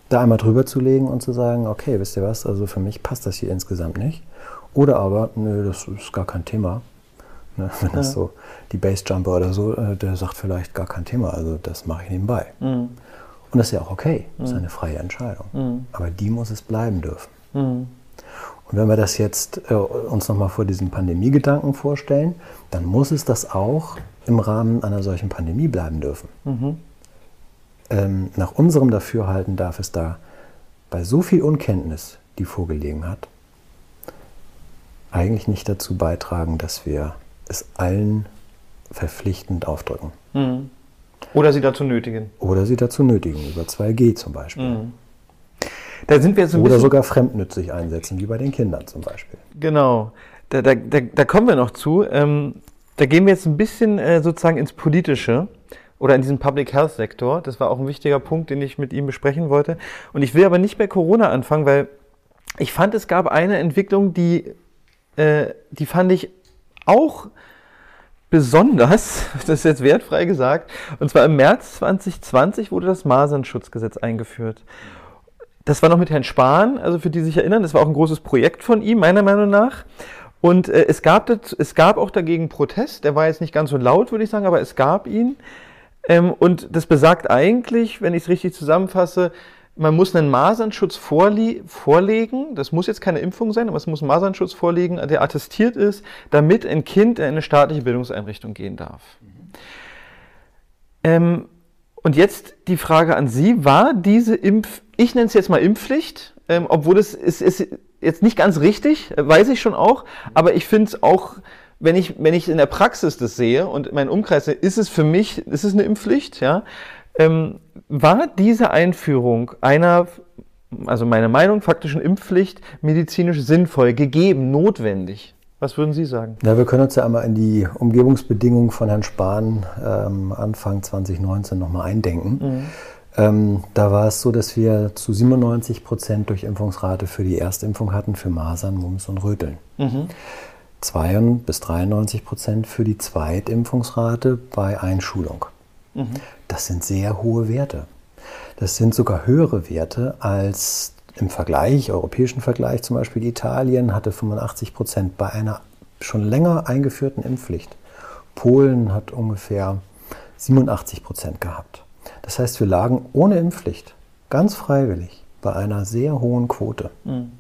da einmal drüber zu legen und zu sagen, okay, wisst ihr was, also für mich passt das hier insgesamt nicht. Oder aber, nö, das ist gar kein Thema. Ne, wenn das so, die Basejumper oder so, der sagt vielleicht gar kein Thema, also das mache ich nebenbei. Und das ist ja auch okay, das ist eine freie Entscheidung. Aber die muss es bleiben dürfen. Und wenn wir das jetzt uns nochmal vor diesem Pandemie-Gedanken vorstellen, dann muss es das auch im Rahmen einer solchen Pandemie bleiben dürfen. Nach unserem Dafürhalten darf es da bei so viel Unkenntnis, die vorgelegen hat, eigentlich nicht dazu beitragen, dass wir es allen verpflichtend aufdrücken. Oder sie dazu nötigen. Oder sie dazu nötigen, über 2G zum Beispiel. Da sind wir jetzt ein Oder bisschen, sogar fremdnützig einsetzen, wie bei den Kindern zum Beispiel. genau, da kommen wir noch zu. Da gehen wir jetzt ein bisschen sozusagen ins Politische oder in diesen Public Health Sektor. Das war auch ein wichtiger Punkt, den ich mit ihm besprechen wollte. Und ich will aber nicht bei Corona anfangen, weil ich fand, es gab eine Entwicklung, die fand ich auch besonders, das ist jetzt wertfrei gesagt, und zwar im März 2020 wurde das Masernschutzgesetz eingeführt. Das war noch mit Herrn Spahn, also für die sich erinnern, das war auch ein großes Projekt von ihm, meiner Meinung nach. Und es gab auch dagegen Protest, der war jetzt nicht ganz so laut, würde ich sagen, aber es gab ihn. Und das besagt eigentlich, wenn ich es richtig zusammenfasse, man muss einen Masernschutz vorlegen, das muss jetzt keine Impfung sein, aber es muss einen Masernschutz vorlegen, der attestiert ist, damit ein Kind in eine staatliche Bildungseinrichtung gehen darf. Und jetzt die Frage an Sie, war diese ich nenne es jetzt mal Impfpflicht, obwohl es ist jetzt nicht ganz richtig, weiß ich schon auch, aber ich finde es auch, wenn ich in der Praxis das sehe und mein Umkreis, ist es für mich, ist es eine Impfpflicht, ja? War diese Einführung einer, also meine Meinung, faktischen Impfpflicht medizinisch sinnvoll, gegeben, notwendig? Was würden Sie sagen? Ja, wir können uns ja einmal in die Umgebungsbedingungen von Herrn Spahn Anfang 2019 nochmal eindenken. Da war es so, dass wir zu 97% Durchimpfungsrate für die Erstimpfung hatten, für Masern, Mumps und Röteln. 92 bis 93% für die Zweitimpfungsrate bei Einschulung. Das sind sehr hohe Werte. Das sind sogar höhere Werte als im Vergleich, europäischen Vergleich, zum Beispiel Italien hatte 85% bei einer schon länger eingeführten Impfpflicht. Polen hat ungefähr 87% gehabt. Das heißt, wir lagen ohne Impfpflicht, ganz freiwillig, bei einer sehr hohen Quote.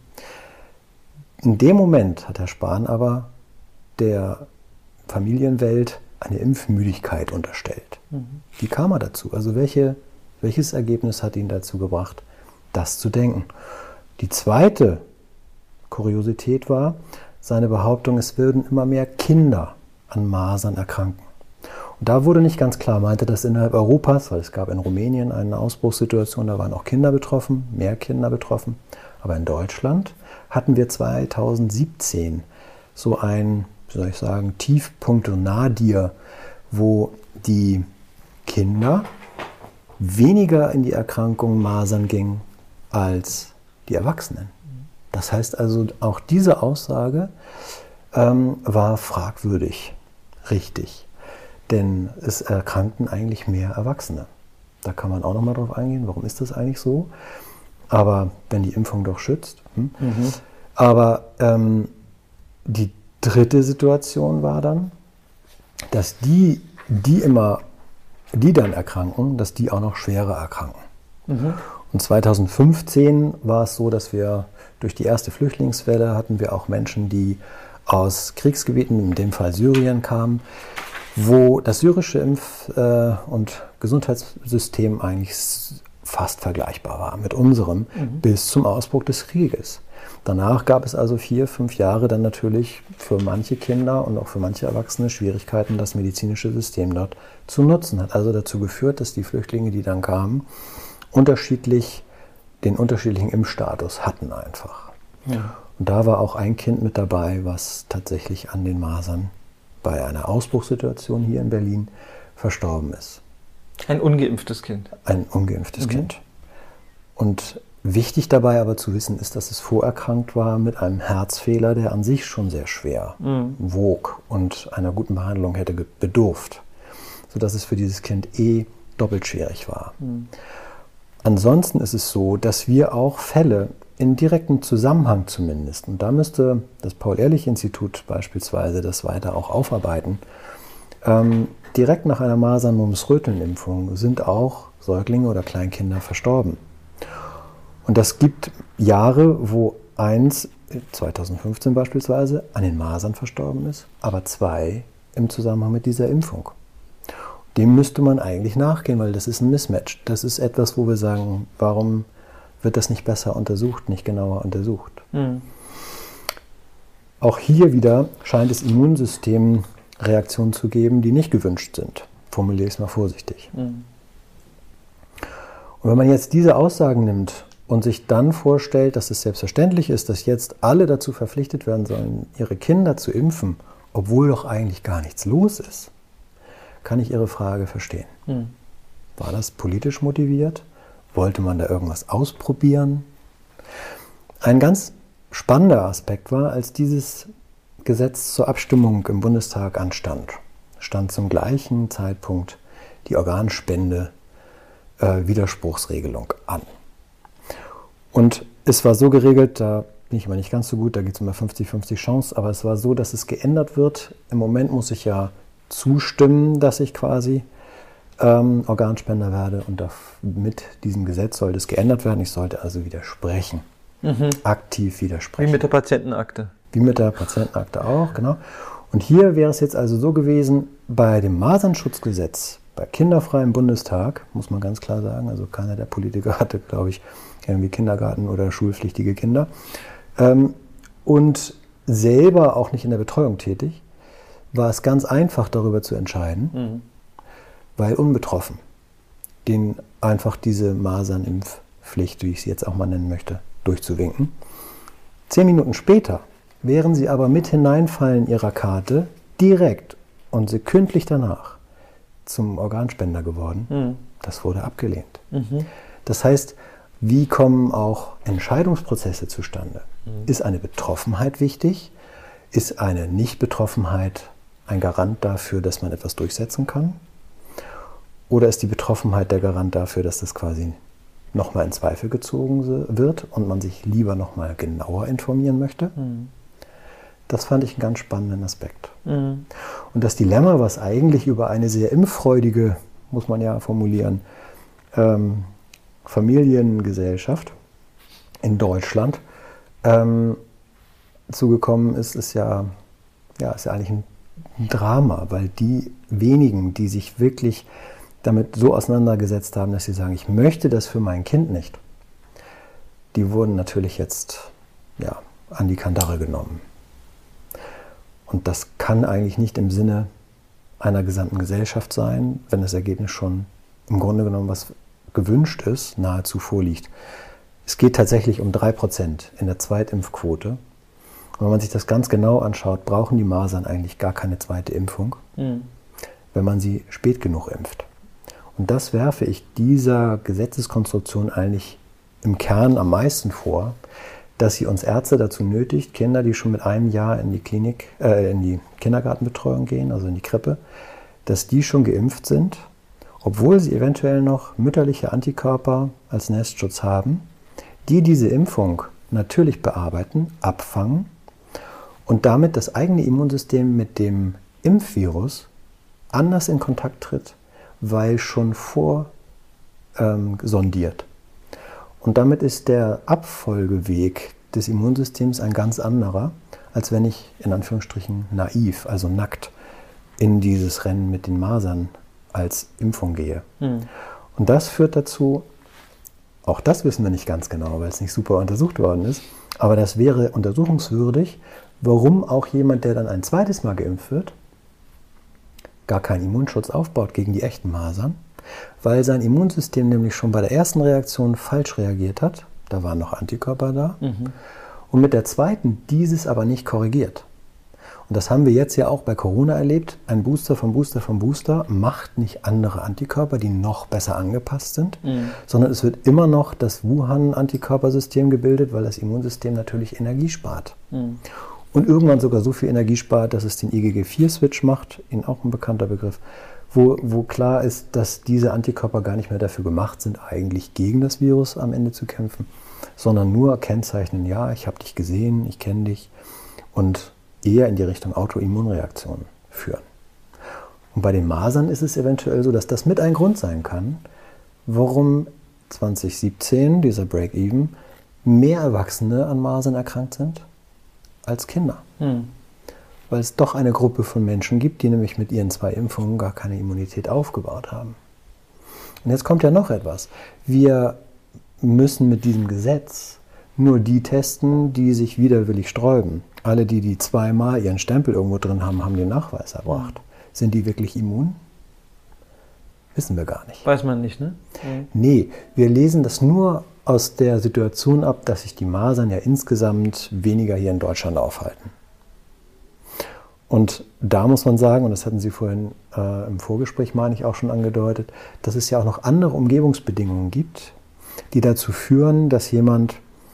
In dem Moment hat Herr Spahn aber der Familienwelt eine Impfmüdigkeit unterstellt. Wie kam er dazu? Also welches Ergebnis hat ihn dazu gebracht, das zu denken? Die zweite Kuriosität war seine Behauptung, es würden immer mehr Kinder an Masern erkranken. Und da wurde nicht ganz klar, meinte das innerhalb Europas, weil es gab in Rumänien eine Ausbruchssituation, da waren auch Kinder betroffen, mehr Kinder betroffen. Aber in Deutschland hatten wir 2017 so ein, wie soll ich sagen, Tiefpunkt und Nadir, wo die Kinder weniger in die Erkrankung Masern gingen als die Erwachsenen. Das heißt also, auch diese Aussage war fragwürdig, richtig. Denn es erkrankten eigentlich mehr Erwachsene. Da kann man auch nochmal drauf eingehen, warum ist das eigentlich so? Aber wenn die Impfung doch schützt. Aber die dritte Situation war dann, dass die dann erkranken, dass die auch noch schwerer erkranken. Und 2015 war es so, dass wir durch die erste Flüchtlingswelle hatten wir auch Menschen, die aus Kriegsgebieten, in dem Fall Syrien, kamen, wo das syrische Impf- und Gesundheitssystem eigentlich fast vergleichbar war mit unserem bis zum Ausbruch des Krieges. Danach gab es also 4, 5 Jahre dann natürlich für manche Kinder und auch für manche Erwachsene Schwierigkeiten, das medizinische System dort zu nutzen. Hat also dazu geführt, dass die Flüchtlinge, die dann kamen, den unterschiedlichen Impfstatus hatten einfach. Ja. Und da war auch ein Kind mit dabei, was tatsächlich an den Masern bei einer Ausbruchssituation hier in Berlin verstorben ist. Ein ungeimpftes Kind. Ein ungeimpftes Kind. Und wichtig dabei aber zu wissen ist, dass es vorerkrankt war mit einem Herzfehler, der an sich schon sehr schwer wog und einer guten Behandlung hätte bedurft, sodass es für dieses Kind doppelt schwierig war. Ansonsten ist es so, dass wir auch Fälle in direktem Zusammenhang zumindest, und da müsste das Paul-Ehrlich-Institut beispielsweise das weiter auch aufarbeiten, direkt nach einer Masern-Mumps-Röteln-Impfung sind auch Säuglinge oder Kleinkinder verstorben. Und das gibt Jahre, wo 2015 beispielsweise, an den Masern verstorben ist, aber 2 im Zusammenhang mit dieser Impfung. Dem müsste man eigentlich nachgehen, weil das ist ein Mismatch. Das ist etwas, wo wir sagen, warum wird das nicht besser untersucht, nicht genauer untersucht? Mhm. Auch hier wieder scheint es Immunsystemreaktionen zu geben, die nicht gewünscht sind. Formuliere ich es mal vorsichtig. Mhm. Und wenn man jetzt diese Aussagen nimmt und sich dann vorstellt, dass es selbstverständlich ist, dass jetzt alle dazu verpflichtet werden sollen, ihre Kinder zu impfen, obwohl doch eigentlich gar nichts los ist, kann ich Ihre Frage verstehen. Hm. War das politisch motiviert? Wollte man da irgendwas ausprobieren? Ein ganz spannender Aspekt war, als dieses Gesetz zur Abstimmung im Bundestag anstand, stand zum gleichen Zeitpunkt die Organspende-Widerspruchsregelung an. Und es war so geregelt, da bin ich immer nicht ganz so gut, da geht es um 50-50 Chance, aber es war so, dass es geändert wird. Im Moment muss ich ja zustimmen, dass ich quasi Organspender werde, und mit diesem Gesetz sollte es geändert werden. Ich sollte also widersprechen, aktiv widersprechen. Wie mit der Patientenakte. Wie mit der Patientenakte auch, genau. Und hier wäre es jetzt also so gewesen, bei dem Masernschutzgesetz, bei kinderfreiem Bundestag, muss man ganz klar sagen, also keiner der Politiker hatte, glaube ich, irgendwie Kindergarten- oder schulpflichtige Kinder, und selber auch nicht in der Betreuung tätig, war es ganz einfach, darüber zu entscheiden, weil unbetroffen, denen einfach diese Masernimpfpflicht, wie ich sie jetzt auch mal nennen möchte, durchzuwinken. 10 Minuten später wären sie aber mit Hineinfallen ihrer Karte direkt und sekündlich danach zum Organspender geworden. Das wurde abgelehnt. Das heißt, wie kommen auch Entscheidungsprozesse zustande? Ist eine Betroffenheit wichtig? Ist eine Nichtbetroffenheit ein Garant dafür, dass man etwas durchsetzen kann? Oder ist die Betroffenheit der Garant dafür, dass das quasi nochmal in Zweifel gezogen wird und man sich lieber nochmal genauer informieren möchte? Das fand ich einen ganz spannenden Aspekt. Und das Dilemma, was eigentlich über eine sehr impffreudige, muss man ja formulieren, Familiengesellschaft in Deutschland zugekommen ist, ist ja eigentlich ein Drama, weil die wenigen, die sich wirklich damit so auseinandergesetzt haben, dass sie sagen, ich möchte das für mein Kind nicht, die wurden natürlich jetzt an die Kandare genommen. Und das kann eigentlich nicht im Sinne einer gesamten Gesellschaft sein, wenn das Ergebnis schon im Grunde genommen, was gewünscht ist, nahezu vorliegt. Es geht tatsächlich um 3% in der Zweitimpfquote. Und wenn man sich das ganz genau anschaut, brauchen die Masern eigentlich gar keine zweite Impfung, wenn man sie spät genug impft. Und das werfe ich dieser Gesetzeskonstruktion eigentlich im Kern am meisten vor, dass sie uns Ärzte dazu nötigt, Kinder, die schon mit einem Jahr in die Kindergartenbetreuung gehen, also in die Krippe, dass die schon geimpft sind, obwohl sie eventuell noch mütterliche Antikörper als Nestschutz haben, die diese Impfung natürlich bearbeiten, abfangen und damit das eigene Immunsystem mit dem Impfvirus anders in Kontakt tritt, weil schon vorsondiert. Und damit ist der Abfolgeweg des Immunsystems ein ganz anderer, als wenn ich in Anführungsstrichen naiv, also nackt, in dieses Rennen mit den Masern als Impfung gehe. Und das führt dazu, auch das wissen wir nicht ganz genau, weil es nicht super untersucht worden ist, aber das wäre untersuchungswürdig, warum auch jemand, der dann ein zweites Mal geimpft wird, gar keinen Immunschutz aufbaut gegen die echten Masern, weil sein Immunsystem nämlich schon bei der ersten Reaktion falsch reagiert hat, da waren noch Antikörper da, und mit der zweiten dieses aber nicht korrigiert. Und das haben wir jetzt ja auch bei Corona erlebt. Ein Booster vom Booster vom Booster macht nicht andere Antikörper, die noch besser angepasst sind, sondern es wird immer noch das Wuhan-Antikörpersystem gebildet, weil das Immunsystem natürlich Energie spart. Und irgendwann sogar so viel Energie spart, dass es den IgG4-Switch macht, Ihnen auch ein bekannter Begriff, wo klar ist, dass diese Antikörper gar nicht mehr dafür gemacht sind, eigentlich gegen das Virus am Ende zu kämpfen, sondern nur kennzeichnen, ja, ich habe dich gesehen, ich kenne dich, und eher in die Richtung Autoimmunreaktionen führen. Und bei den Masern ist es eventuell so, dass das mit ein Grund sein kann, warum 2017, dieser Break-Even, mehr Erwachsene an Masern erkrankt sind als Kinder. Weil es doch eine Gruppe von Menschen gibt, die nämlich mit ihren 2 Impfungen gar keine Immunität aufgebaut haben. Und jetzt kommt ja noch etwas. Wir müssen mit diesem Gesetz nur die testen, die sich widerwillig sträuben. Alle, die 2-mal ihren Stempel irgendwo drin haben, haben den Nachweis erbracht. Sind die wirklich immun? Wissen wir gar nicht. Weiß man nicht, ne? Nee, wir lesen das nur aus der Situation ab, dass sich die Masern ja insgesamt weniger hier in Deutschland aufhalten. Und da muss man sagen, und das hatten Sie vorhin im Vorgespräch, meine ich, auch schon angedeutet, dass es ja auch noch andere Umgebungsbedingungen gibt, die dazu führen, dass jemand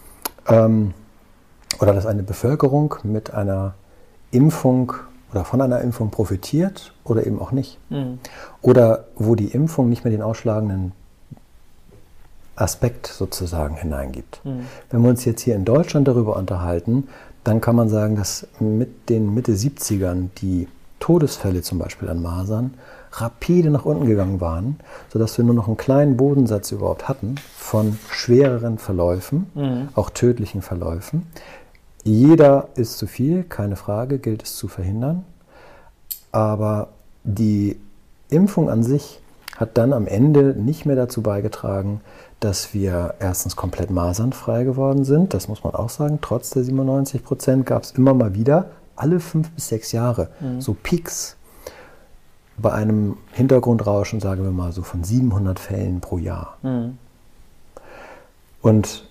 oder dass eine Bevölkerung mit einer Impfung oder von einer Impfung profitiert oder eben auch nicht. Oder wo die Impfung nicht mehr den ausschlagenden Aspekt sozusagen hineingibt. Wenn wir uns jetzt hier in Deutschland darüber unterhalten, dann kann man sagen, dass mit den Mitte 70ern die Todesfälle zum Beispiel an Masern rapide nach unten gegangen waren, sodass wir nur noch einen kleinen Bodensatz überhaupt hatten von schwereren Verläufen, auch tödlichen Verläufen. Jeder ist zu viel, keine Frage, gilt es zu verhindern. Aber die Impfung an sich hat dann am Ende nicht mehr dazu beigetragen, dass wir erstens komplett masernfrei geworden sind. Das muss man auch sagen. Trotz der 97% gab es immer mal wieder, alle 5 bis 6 Jahre, so Peaks bei einem Hintergrundrauschen, sagen wir mal so, von 700 Fällen pro Jahr. Und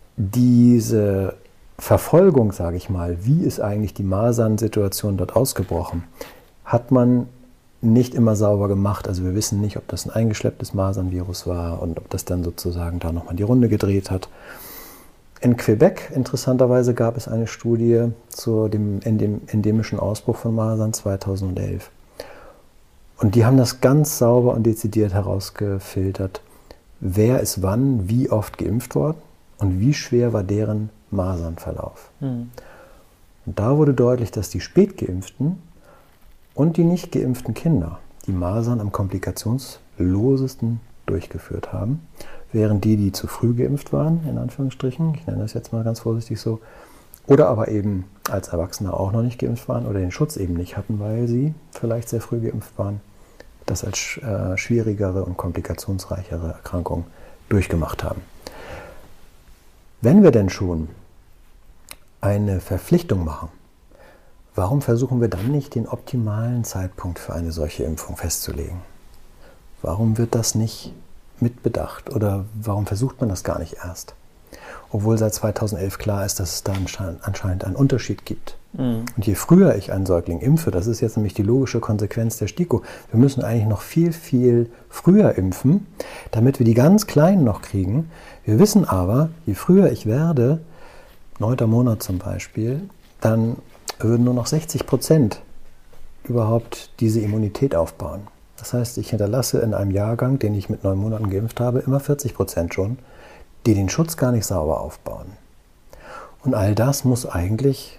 diese Verfolgung, sage ich mal, wie ist eigentlich die Masernsituation dort ausgebrochen, hat man nicht immer sauber gemacht. Also wir wissen nicht, ob das ein eingeschlepptes Masernvirus war und ob das dann sozusagen da nochmal die Runde gedreht hat. In Quebec, interessanterweise, gab es eine Studie zu dem endemischen Ausbruch von Masern 2011. Und die haben das ganz sauber und dezidiert herausgefiltert, wer ist wann, wie oft geimpft worden und wie schwer war deren Masernverlauf. Und da wurde deutlich, dass die Spätgeimpften und die nicht geimpften Kinder die Masern am komplikationslosesten durchgeführt haben, während die zu früh geimpft waren, in Anführungsstrichen, ich nenne das jetzt mal ganz vorsichtig so, oder aber eben als Erwachsene auch noch nicht geimpft waren oder den Schutz eben nicht hatten, weil sie vielleicht sehr früh geimpft waren, das als schwierigere und komplikationsreichere Erkrankung durchgemacht haben. Wenn wir denn schon eine Verpflichtung machen, warum versuchen wir dann nicht, den optimalen Zeitpunkt für eine solche Impfung festzulegen? Warum wird das nicht mitbedacht oder warum versucht man das gar nicht erst? Obwohl seit 2011 klar ist, dass es da anscheinend einen Unterschied gibt. Und je früher ich einen Säugling impfe, das ist jetzt nämlich die logische Konsequenz der STIKO, wir müssen eigentlich noch viel, viel früher impfen, damit wir die ganz Kleinen noch kriegen. Wir wissen aber, je früher ich werde, 9. Monat zum Beispiel, dann würden nur noch 60% überhaupt diese Immunität aufbauen. Das heißt, ich hinterlasse in einem Jahrgang, den ich mit 9 Monaten geimpft habe, immer 40% schon, die den Schutz gar nicht sauber aufbauen. Und all das muss eigentlich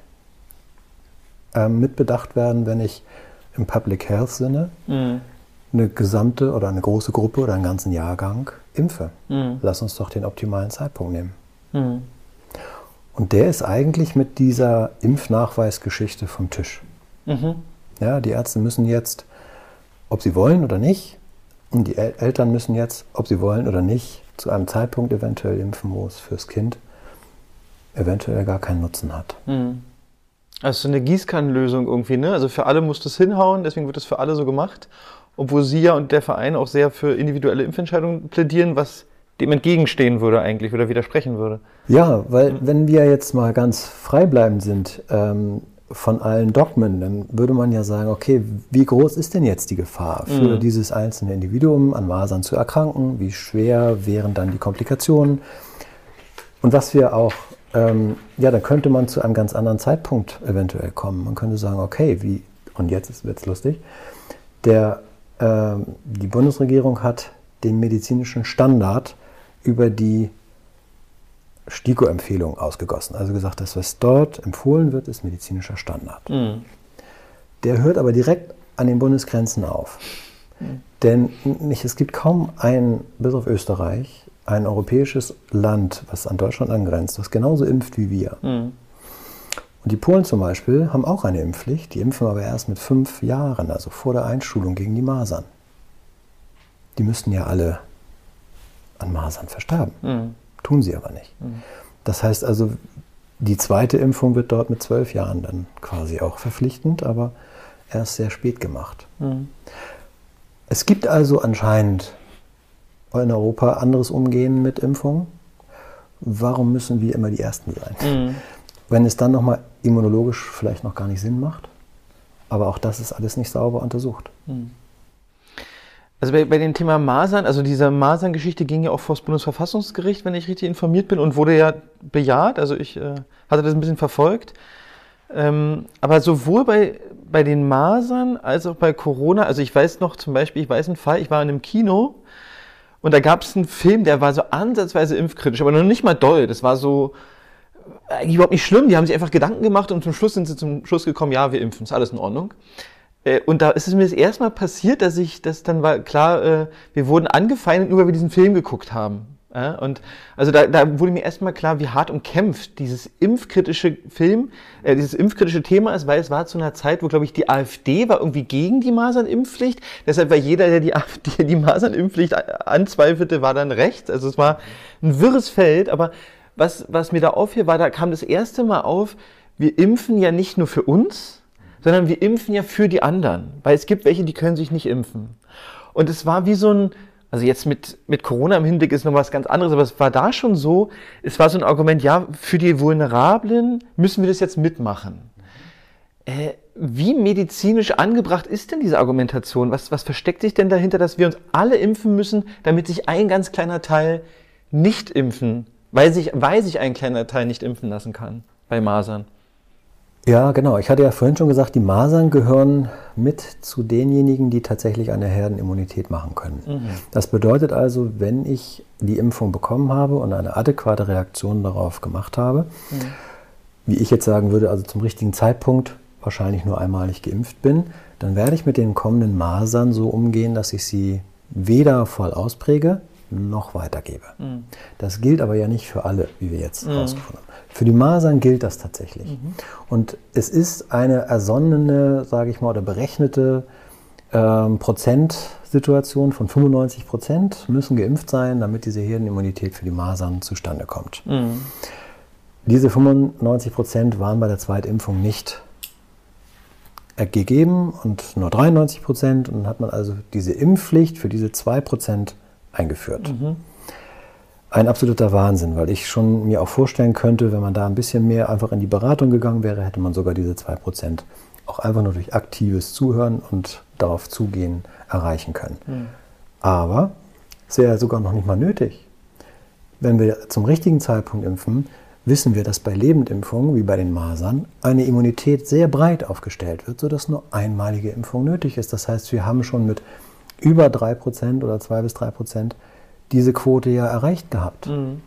mitbedacht werden, wenn ich im Public Health Sinne eine gesamte oder eine große Gruppe oder einen ganzen Jahrgang impfe. Lass uns doch den optimalen Zeitpunkt nehmen. Und der ist eigentlich mit dieser Impfnachweisgeschichte vom Tisch. Ja, die Ärzte müssen jetzt, ob sie wollen oder nicht, und die Eltern müssen jetzt, ob sie wollen oder nicht, zu einem Zeitpunkt eventuell impfen, wo es fürs Kind eventuell gar keinen Nutzen hat. Also so eine Gießkannenlösung irgendwie, ne? Also für alle muss das hinhauen, deswegen wird das für alle so gemacht. Obwohl Sie ja und der Verein auch sehr für individuelle Impfentscheidungen plädieren, was dem entgegenstehen würde eigentlich oder widersprechen würde. Ja, weil wenn wir jetzt mal ganz freibleibend sind von allen Dogmen, dann würde man ja sagen, okay, wie groß ist denn jetzt die Gefahr für dieses einzelne Individuum an Masern zu erkranken? Wie schwer wären dann die Komplikationen? Und was wir auch, dann könnte man zu einem ganz anderen Zeitpunkt eventuell kommen. Man könnte sagen, okay, und jetzt wird es lustig, der die Bundesregierung hat den medizinischen Standard über die STIKO-Empfehlung ausgegossen. Also gesagt, das, was dort empfohlen wird, ist medizinischer Standard. Mhm. Der hört aber direkt an den Bundesgrenzen auf. Mhm. Denn es gibt kaum bis auf Österreich, ein europäisches Land, was an Deutschland angrenzt, das genauso impft wie wir. Mhm. Und die Polen zum Beispiel haben auch eine Impfpflicht, die impfen aber erst mit 5 Jahren, also vor der Einschulung gegen die Masern. Die müssten ja alle an Masern versterben. Mhm. Tun sie aber nicht. Mhm. Das heißt also, die zweite Impfung wird dort mit 12 Jahren dann quasi auch verpflichtend, aber erst sehr spät gemacht. Mhm. Es gibt also anscheinend in Europa anderes Umgehen mit Impfungen. Warum müssen wir immer die Ersten sein? Mhm. Wenn es dann nochmal immunologisch vielleicht noch gar nicht Sinn macht. Aber auch das ist alles nicht sauber untersucht. Mhm. Also bei dem Thema Masern, also diese Masern-Geschichte ging ja auch vor das Bundesverfassungsgericht, wenn ich richtig informiert bin, und wurde ja bejaht. Also ich hatte das ein bisschen verfolgt. Aber sowohl bei den Masern als auch bei Corona, also ich weiß noch zum Beispiel, ich weiß einen Fall, ich war in einem Kino und da gab es einen Film, der war so ansatzweise impfkritisch, aber noch nicht mal doll. Das war so eigentlich überhaupt nicht schlimm. Die haben sich einfach Gedanken gemacht und zum Schluss sind sie zum Schluss gekommen, ja, wir impfen, ist alles in Ordnung. Und da ist es mir das erste Mal passiert, dass dann war klar, wir wurden angefeindet, nur weil wir diesen Film geguckt haben. Ja, und also da wurde mir erstmal klar, wie hart umkämpft dieses impfkritische Thema ist, weil es war zu einer Zeit, wo, glaube ich, die AfD war irgendwie gegen die Masernimpfpflicht. Deshalb war jeder, der die Masernimpfpflicht anzweifelte, war dann rechts. Also es war ein wirres Feld. Aber was mir da auffiel, da kam das erste Mal auf, wir impfen ja nicht nur für uns, sondern wir impfen ja für die anderen. Weil es gibt welche, die können sich nicht impfen. Und es war wie so also jetzt mit Corona im Hinblick ist noch was ganz anderes, aber es war da schon so, es war so ein Argument, ja, für die Vulnerablen müssen wir das jetzt mitmachen. Wie medizinisch angebracht ist denn diese Argumentation? Was versteckt sich denn dahinter, dass wir uns alle impfen müssen, damit sich ein ganz kleiner Teil nicht impfen, weil sich ein kleiner Teil nicht impfen lassen kann bei Masern? Ja, genau. Ich hatte ja vorhin schon gesagt, die Masern gehören mit zu denjenigen, die tatsächlich eine Herdenimmunität machen können. Mhm. Das bedeutet also, wenn ich die Impfung bekommen habe und eine adäquate Reaktion darauf gemacht habe, wie ich jetzt sagen würde, also zum richtigen Zeitpunkt wahrscheinlich nur einmalig geimpft bin, dann werde ich mit den kommenden Masern so umgehen, dass ich sie weder voll auspräge, noch weitergebe. Mhm. Das gilt aber ja nicht für alle, wie wir jetzt herausgefunden haben. Für die Masern gilt das tatsächlich. Mhm. Und es ist eine ersonnene, sage ich mal, oder berechnete Prozentsituation von 95% müssen geimpft sein, damit diese Herdenimmunität für die Masern zustande kommt. Mhm. Diese 95% waren bei der Zweitimpfung nicht gegeben und nur 93%. Und dann hat man also diese Impfpflicht für diese 2% eingeführt. Mhm. Ein absoluter Wahnsinn, weil ich schon mir auch vorstellen könnte, wenn man da ein bisschen mehr einfach in die Beratung gegangen wäre, hätte man sogar diese 2% auch einfach nur durch aktives Zuhören und darauf zugehen erreichen können. Mhm. Aber es wäre ja sogar noch nicht mal nötig. Wenn wir zum richtigen Zeitpunkt impfen, wissen wir, dass bei Lebendimpfungen, wie bei den Masern, eine Immunität sehr breit aufgestellt wird, sodass nur einmalige Impfung nötig ist. Das heißt, wir haben schon mit über 3% oder 2-3% diese Quote ja erreicht gehabt. Mhm.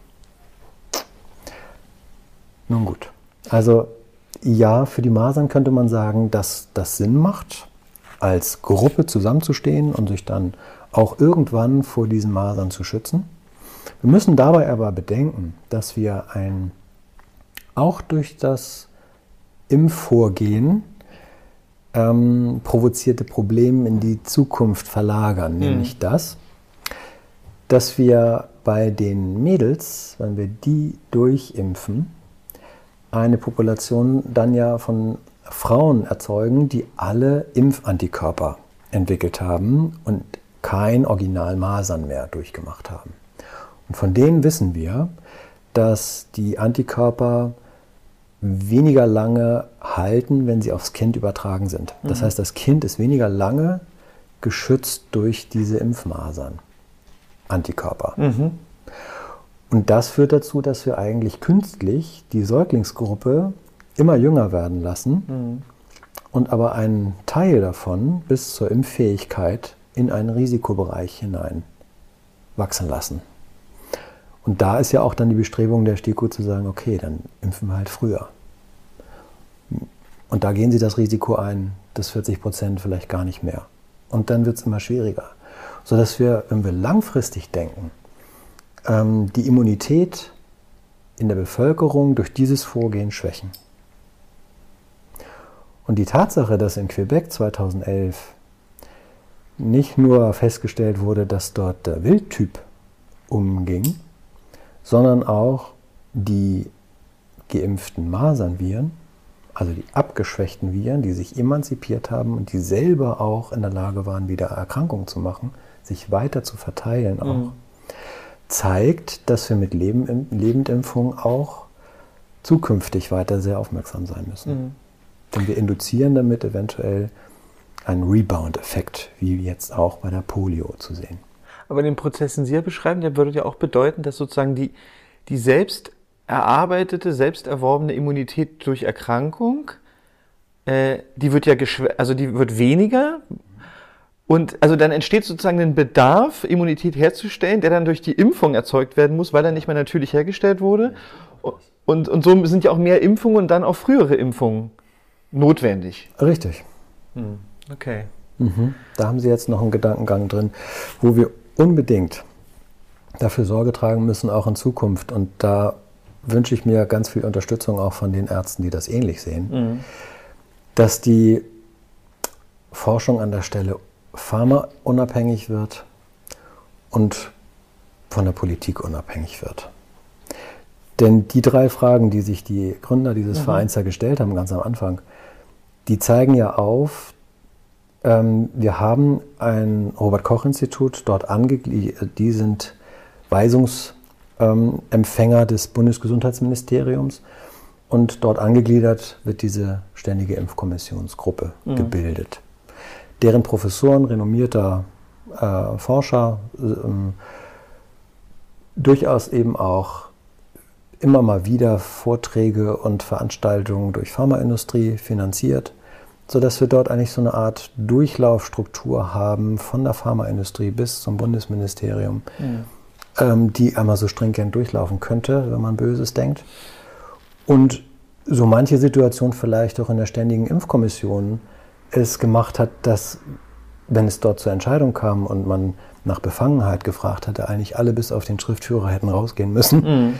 Nun gut, also ja, für die Masern könnte man sagen, dass das Sinn macht, als Gruppe zusammenzustehen und sich dann auch irgendwann vor diesen Masern zu schützen. Wir müssen dabei aber bedenken, dass wir auch durch das Impfvorgehen provozierte Probleme in die Zukunft verlagern, nämlich das, dass wir bei den Mädels, wenn wir die durchimpfen, eine Population dann ja von Frauen erzeugen, die alle Impfantikörper entwickelt haben und kein Original Masern mehr durchgemacht haben. Und von denen wissen wir, dass die Antikörper weniger lange halten, wenn sie aufs Kind übertragen sind. Das heißt, das Kind ist weniger lange geschützt durch diese Impfmasern. Antikörper. Mhm. Und das führt dazu, dass wir eigentlich künstlich die Säuglingsgruppe immer jünger werden lassen und aber einen Teil davon bis zur Impffähigkeit in einen Risikobereich hinein wachsen lassen. Und da ist ja auch dann die Bestrebung der STIKO zu sagen, okay, dann impfen wir halt früher. Und da gehen sie das Risiko ein, dass 40% vielleicht gar nicht mehr. Und dann wird es immer schwieriger. Sodass wir, wenn wir langfristig denken, die Immunität in der Bevölkerung durch dieses Vorgehen schwächen. Und die Tatsache, dass in Quebec 2011 nicht nur festgestellt wurde, dass dort der Wildtyp umging, sondern auch die geimpften Masernviren, also die abgeschwächten Viren, die sich emanzipiert haben und die selber auch in der Lage waren, wieder Erkrankungen zu machen, sich weiter zu verteilen auch, zeigt, dass wir mit Lebendimpfung auch zukünftig weiter sehr aufmerksam sein müssen. Denn wir induzieren damit eventuell einen Rebound-Effekt, wie jetzt auch bei der Polio zu sehen. Aber den Prozess, den Sie ja beschreiben, der würde ja auch bedeuten, dass sozusagen die selbst erarbeitete, selbst erworbene Immunität durch Erkrankung, die wird ja die wird weniger. Und also dann entsteht sozusagen ein Bedarf, Immunität herzustellen, der dann durch die Impfung erzeugt werden muss, weil er nicht mehr natürlich hergestellt wurde. Und so sind ja auch mehr Impfungen und dann auch frühere Impfungen notwendig. Richtig. Okay. Da haben Sie jetzt noch einen Gedankengang drin, wo wir unbedingt dafür Sorge tragen müssen, auch in Zukunft. Und da wünsche ich mir ganz viel Unterstützung auch von den Ärzten, die das ähnlich sehen, dass die Forschung an der Stelle pharmaunabhängig wird und von der Politik unabhängig wird. Denn die 3 Fragen, die sich die Gründer dieses Vereins ja gestellt haben, ganz am Anfang, die zeigen ja auf, wir haben ein Robert-Koch-Institut dort angegliedert, die sind Weisungsempfänger des Bundesgesundheitsministeriums und dort angegliedert wird diese ständige Impfkommissionsgruppe gebildet. Deren Professoren, renommierter Forscher, durchaus eben auch immer mal wieder Vorträge und Veranstaltungen durch Pharmaindustrie finanziert, sodass wir dort eigentlich so eine Art Durchlaufstruktur haben von der Pharmaindustrie bis zum Bundesministerium, die einmal so stringent durchlaufen könnte, wenn man Böses denkt. Und so manche Situation vielleicht auch in der Ständigen Impfkommission es gemacht hat, dass, wenn es dort zur Entscheidung kam und man nach Befangenheit gefragt hatte, eigentlich alle bis auf den Schriftführer hätten rausgehen müssen,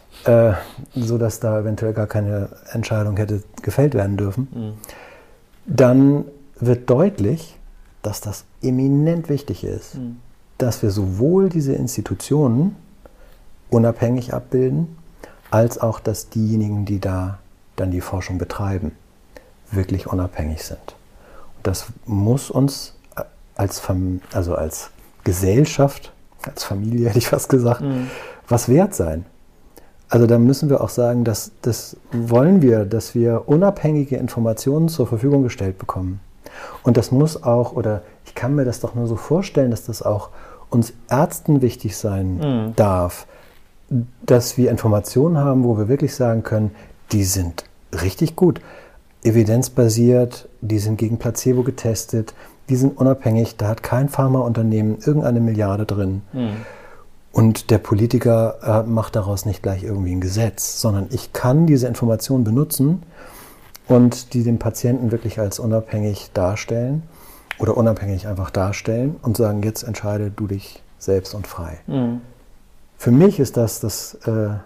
sodass da eventuell gar keine Entscheidung hätte gefällt werden dürfen, dann wird deutlich, dass das eminent wichtig ist, dass wir sowohl diese Institutionen unabhängig abbilden, als auch, dass diejenigen, die da dann die Forschung betreiben, wirklich unabhängig sind. Das muss uns als Gesellschaft, als Familie hätte ich fast gesagt, was wert sein. Also da müssen wir auch sagen, das wollen wir, dass wir unabhängige Informationen zur Verfügung gestellt bekommen. Und das muss auch, oder ich kann mir das doch nur so vorstellen, dass das auch uns Ärzten wichtig sein darf, dass wir Informationen haben, wo wir wirklich sagen können, die sind richtig gut, evidenzbasiert, die sind gegen Placebo getestet, die sind unabhängig, da hat kein Pharmaunternehmen irgendeine Milliarde drin. Und der Politiker macht daraus nicht gleich irgendwie ein Gesetz, sondern ich kann diese Informationen benutzen und die dem Patienten wirklich als unabhängig darstellen oder unabhängig einfach darstellen und sagen, jetzt entscheide du dich selbst und frei. Für mich ist das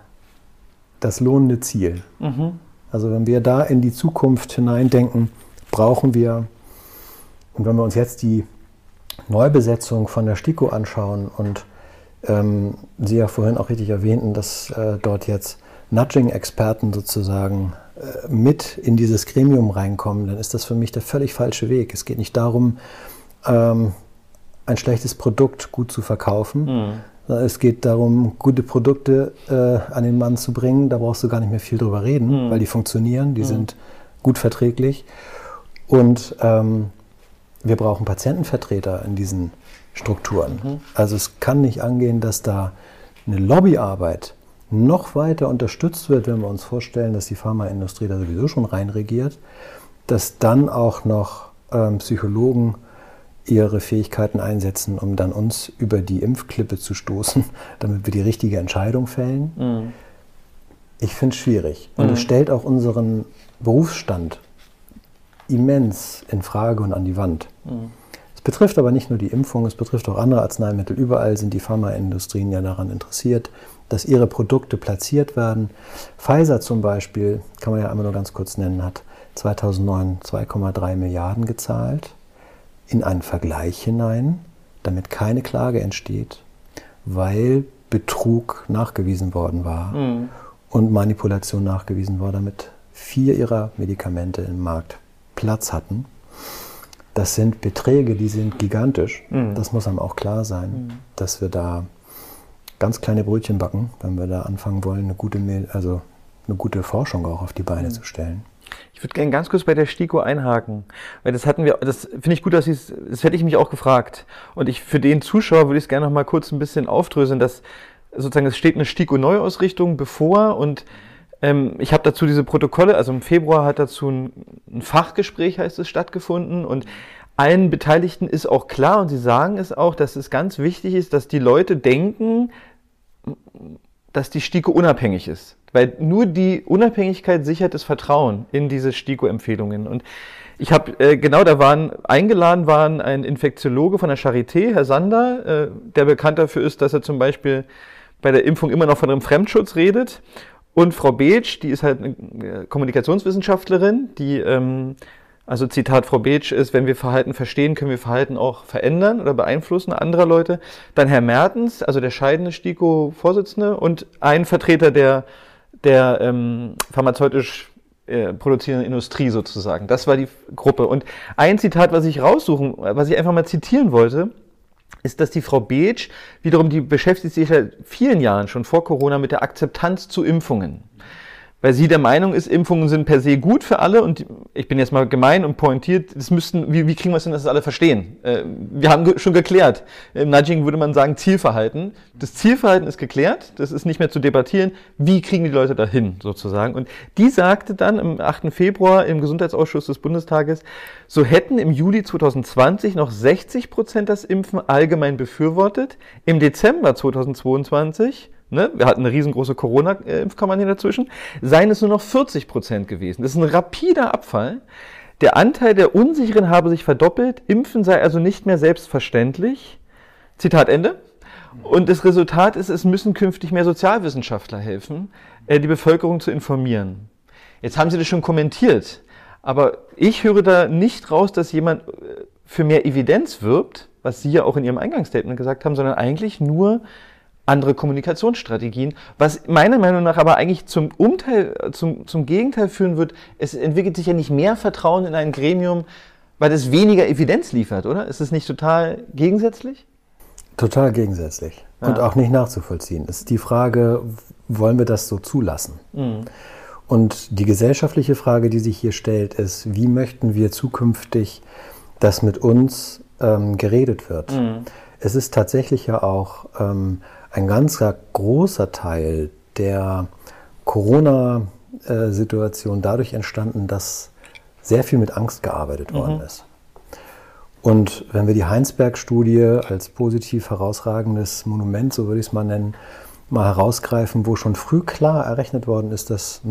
lohnende Ziel. Also wenn wir da in die Zukunft hineindenken, brauchen wir, und wenn wir uns jetzt die Neubesetzung von der STIKO anschauen und Sie ja vorhin auch richtig erwähnten, dass dort jetzt Nudging-Experten sozusagen mit in dieses Gremium reinkommen, dann ist das für mich der völlig falsche Weg. Es geht nicht darum, ein schlechtes Produkt gut zu verkaufen. Es geht darum, gute Produkte an den Mann zu bringen. Da brauchst du gar nicht mehr viel drüber reden, weil die funktionieren, die sind gut verträglich. Und wir brauchen Patientenvertreter in diesen Strukturen. Also es kann nicht angehen, dass da eine Lobbyarbeit noch weiter unterstützt wird, wenn wir uns vorstellen, dass die Pharmaindustrie da sowieso schon reinregiert, dass dann auch noch Psychologen ihre Fähigkeiten einsetzen, um dann uns über die Impfklippe zu stoßen, damit wir die richtige Entscheidung fällen. Mhm. Ich finde es schwierig. Und es stellt auch unseren Berufsstand immens in Frage und an die Wand. Mhm. Es betrifft aber nicht nur die Impfung, es betrifft auch andere Arzneimittel. Überall sind die Pharmaindustrien ja daran interessiert, dass ihre Produkte platziert werden. Pfizer zum Beispiel, kann man ja einmal nur ganz kurz nennen, hat 2009 2,3 Milliarden gezahlt in einen Vergleich hinein, damit keine Klage entsteht, weil Betrug nachgewiesen worden war und Manipulation nachgewiesen war, damit 4 ihrer Medikamente im Markt Platz hatten. Das sind Beträge, die sind gigantisch. Das muss einem auch klar sein, dass wir da ganz kleine Brötchen backen, wenn wir da anfangen wollen, eine gute Forschung auch auf die Beine zu stellen. Ich würde gerne ganz kurz bei der STIKO einhaken, weil das finde ich gut, das hätte ich mich auch gefragt. Und für den Zuschauer würde ich es gerne noch mal kurz ein bisschen aufdröseln, dass sozusagen es steht eine STIKO-Neuausrichtung bevor und ich habe dazu diese Protokolle, also im Februar hat dazu ein Fachgespräch, heißt es, stattgefunden und allen Beteiligten ist auch klar und sie sagen es auch, dass es ganz wichtig ist, dass die Leute denken, dass die STIKO unabhängig ist. Weil nur die Unabhängigkeit sichert das Vertrauen in diese STIKO-Empfehlungen. Und ich habe, eingeladen waren ein Infektiologe von der Charité, Herr Sander, der bekannt dafür ist, dass er zum Beispiel bei der Impfung immer noch von einem Fremdschutz redet. Und Frau Beetsch, die ist halt eine Kommunikationswissenschaftlerin, die, also Zitat Frau Beetsch ist, wenn wir Verhalten verstehen, können wir Verhalten auch verändern oder beeinflussen anderer Leute. Dann Herr Mertens, also der scheidende STIKO-Vorsitzende und ein Vertreter der pharmazeutisch produzierenden Industrie sozusagen. Das war die Gruppe. Und ein Zitat, was ich einfach mal zitieren wollte, ist, dass die Frau Beetsch wiederum, die beschäftigt sich seit vielen Jahren schon vor Corona mit der Akzeptanz zu Impfungen. Weil sie der Meinung ist, Impfungen sind per se gut für alle und ich bin jetzt mal gemein und pointiert, wie kriegen wir es denn, dass es alle verstehen? Wir haben schon geklärt, im Nudging würde man sagen Zielverhalten. Das Zielverhalten ist geklärt, das ist nicht mehr zu debattieren, wie kriegen die Leute dahin sozusagen. Und die sagte dann am 8. Februar im Gesundheitsausschuss des Bundestages, so hätten im Juli 2020 noch 60% das Impfen allgemein befürwortet, im Dezember 2022 wir hatten eine riesengroße Corona-Impfkampagne dazwischen, seien es nur noch 40% gewesen. Das ist ein rapider Abfall. Der Anteil der Unsicheren habe sich verdoppelt, Impfen sei also nicht mehr selbstverständlich. Zitat Ende. Und das Resultat ist, es müssen künftig mehr Sozialwissenschaftler helfen, die Bevölkerung zu informieren. Jetzt haben Sie das schon kommentiert, aber ich höre da nicht raus, dass jemand für mehr Evidenz wirbt, was Sie ja auch in Ihrem Eingangsstatement gesagt haben, sondern eigentlich nur andere Kommunikationsstrategien, was meiner Meinung nach aber eigentlich zum Gegenteil führen wird. Es entwickelt sich ja nicht mehr Vertrauen in ein Gremium, weil es weniger Evidenz liefert, oder? Ist es nicht total gegensätzlich? Total gegensätzlich und auch nicht nachzuvollziehen. Es ist die Frage, wollen wir das so zulassen? Mhm. Und die gesellschaftliche Frage, die sich hier stellt, ist, wie möchten wir zukünftig, dass mit uns geredet wird? Mhm. Es ist tatsächlich ja auch ein ganz großer Teil der Corona-Situation dadurch entstanden, dass sehr viel mit Angst gearbeitet worden ist. Und wenn wir die Heinsberg-Studie als positiv herausragendes Monument, so würde ich es mal nennen, mal herausgreifen, wo schon früh klar errechnet worden ist, dass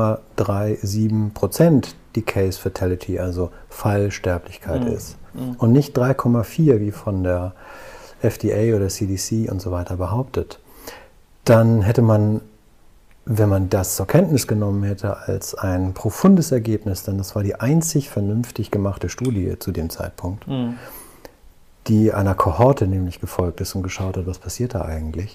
0,37% die Case Fatality, also Fallsterblichkeit ist. Und nicht 3,4 wie von der FDA oder CDC und so weiter behauptet, dann hätte man, wenn man das zur Kenntnis genommen hätte als ein profundes Ergebnis, denn das war die einzig vernünftig gemachte Studie zu dem Zeitpunkt, die einer Kohorte nämlich gefolgt ist und geschaut hat, was passiert da eigentlich,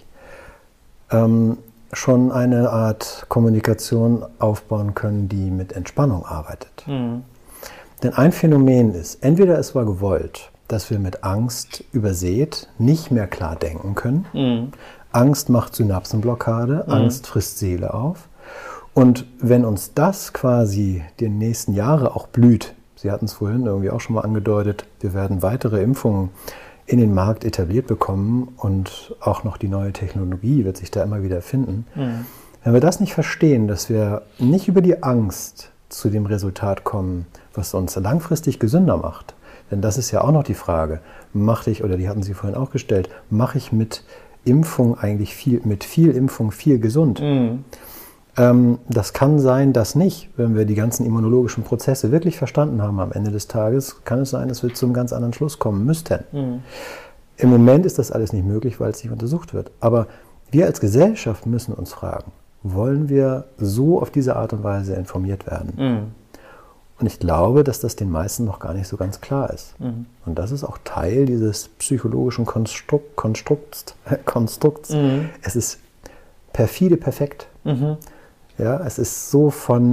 schon eine Art Kommunikation aufbauen können, die mit Entspannung arbeitet. Denn ein Phänomen ist, entweder es war gewollt, dass wir mit Angst übersät nicht mehr klar denken können. Angst macht Synapsenblockade, Angst frisst Seele auf. Und wenn uns das quasi die nächsten Jahre auch blüht, Sie hatten es vorhin irgendwie auch schon mal angedeutet, wir werden weitere Impfungen in den Markt etabliert bekommen und auch noch die neue Technologie wird sich da immer wieder finden. Wenn wir das nicht verstehen, dass wir nicht über die Angst zu dem Resultat kommen, was uns langfristig gesünder macht, Denn das ist ja auch noch die Frage, die hatten Sie vorhin auch gestellt, mache ich mit Impfung eigentlich mit viel Impfung viel gesund? Das kann sein, dass nicht. Wenn wir die ganzen immunologischen Prozesse wirklich verstanden haben am Ende des Tages, kann es sein, dass wir zu einem ganz anderen Schluss kommen müssten. Im Moment ist das alles nicht möglich, weil es nicht untersucht wird. Aber wir als Gesellschaft müssen uns fragen, wollen wir so auf diese Art und Weise informiert werden? Und ich glaube, dass das den meisten noch gar nicht so ganz klar ist. Und das ist auch Teil dieses psychologischen Konstrukts. Es ist perfide perfekt. Ja, es ist so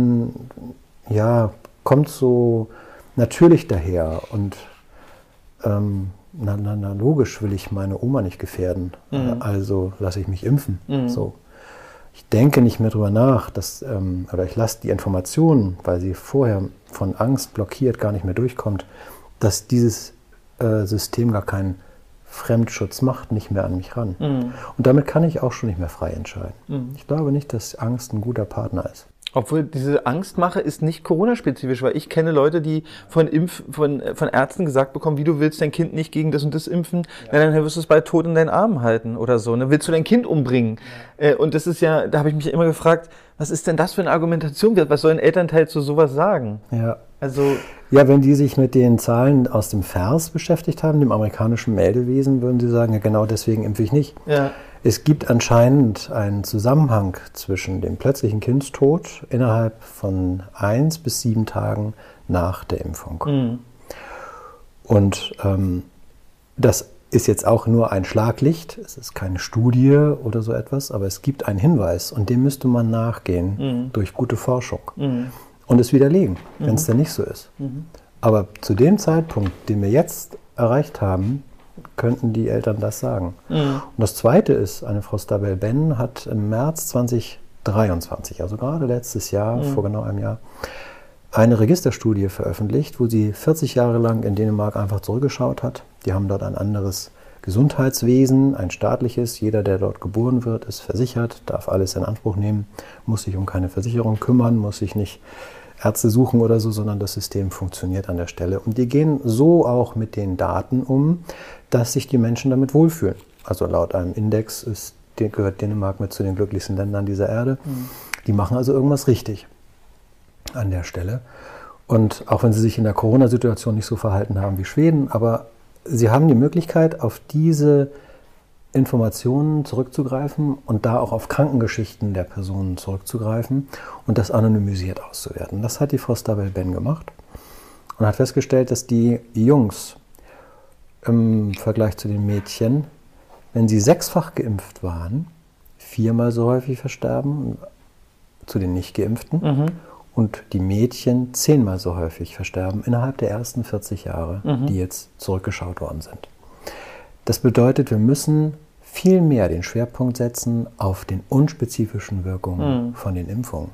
kommt so natürlich daher. Und logisch will ich meine Oma nicht gefährden. Also lasse ich mich impfen. So. Ich denke nicht mehr drüber nach, oder ich lasse die Informationen, weil sie vorher von Angst blockiert gar nicht mehr durchkommt, dass dieses System gar keinen Fremdschutz macht, nicht mehr an mich ran. Und damit kann ich auch schon nicht mehr frei entscheiden. Ich glaube nicht, dass Angst ein guter Partner ist. Obwohl diese Angstmache ist nicht Corona-spezifisch, weil ich kenne Leute, die von Ärzten gesagt bekommen, wie du willst dein Kind nicht gegen das und das impfen, dann wirst du es bald tot in deinen Armen halten oder so. Dann willst du dein Kind umbringen. Und das ist ja, da habe ich mich immer gefragt, was ist denn das für eine Argumentation? Was soll ein Elternteil zu sowas sagen? Ja. Ja, wenn die sich mit den Zahlen aus dem FAERS beschäftigt haben, dem amerikanischen Meldewesen, würden sie sagen, ja genau deswegen impfe ich nicht. Ja. Es gibt anscheinend einen Zusammenhang zwischen dem plötzlichen Kindstod innerhalb von 1 bis 7 Tagen nach der Impfung. Und das ist jetzt auch nur ein Schlaglicht, es ist keine Studie oder so etwas, aber es gibt einen Hinweis und dem müsste man nachgehen durch gute Forschung und es widerlegen, wenn es denn nicht so ist. Aber zu dem Zeitpunkt, den wir jetzt erreicht haben, könnten die Eltern das sagen. Und das Zweite ist, eine Frau Stabell-Benn hat im März 2023, also gerade letztes Jahr, vor genau einem Jahr, eine Registerstudie veröffentlicht, wo sie 40 Jahre lang in Dänemark einfach zurückgeschaut hat. Die haben dort ein anderes Gesundheitswesen, ein staatliches. Jeder, der dort geboren wird, ist versichert, darf alles in Anspruch nehmen, muss sich um keine Versicherung kümmern, muss sich nicht Ärzte suchen oder so, sondern das System funktioniert an der Stelle. Und die gehen so auch mit den Daten um, dass sich die Menschen damit wohlfühlen. Also laut einem Index gehört Dänemark mit zu den glücklichsten Ländern dieser Erde. Die machen also irgendwas richtig an der Stelle. Und auch wenn sie sich in der Corona-Situation nicht so verhalten haben wie Schweden, aber sie haben die Möglichkeit, auf diese Informationen zurückzugreifen und da auch auf Krankengeschichten der Personen zurückzugreifen und das anonymisiert auszuwerten. Das hat die Frau Stabell-Benn gemacht und hat festgestellt, dass die Jungs im Vergleich zu den Mädchen, wenn sie 6-fach geimpft waren, 4-mal so häufig versterben zu den Nicht-Geimpften und die Mädchen 10-mal so häufig versterben innerhalb der ersten 40 Jahre, die jetzt zurückgeschaut worden sind. Das bedeutet, wir müssen viel mehr den Schwerpunkt setzen auf den unspezifischen Wirkungen von den Impfungen.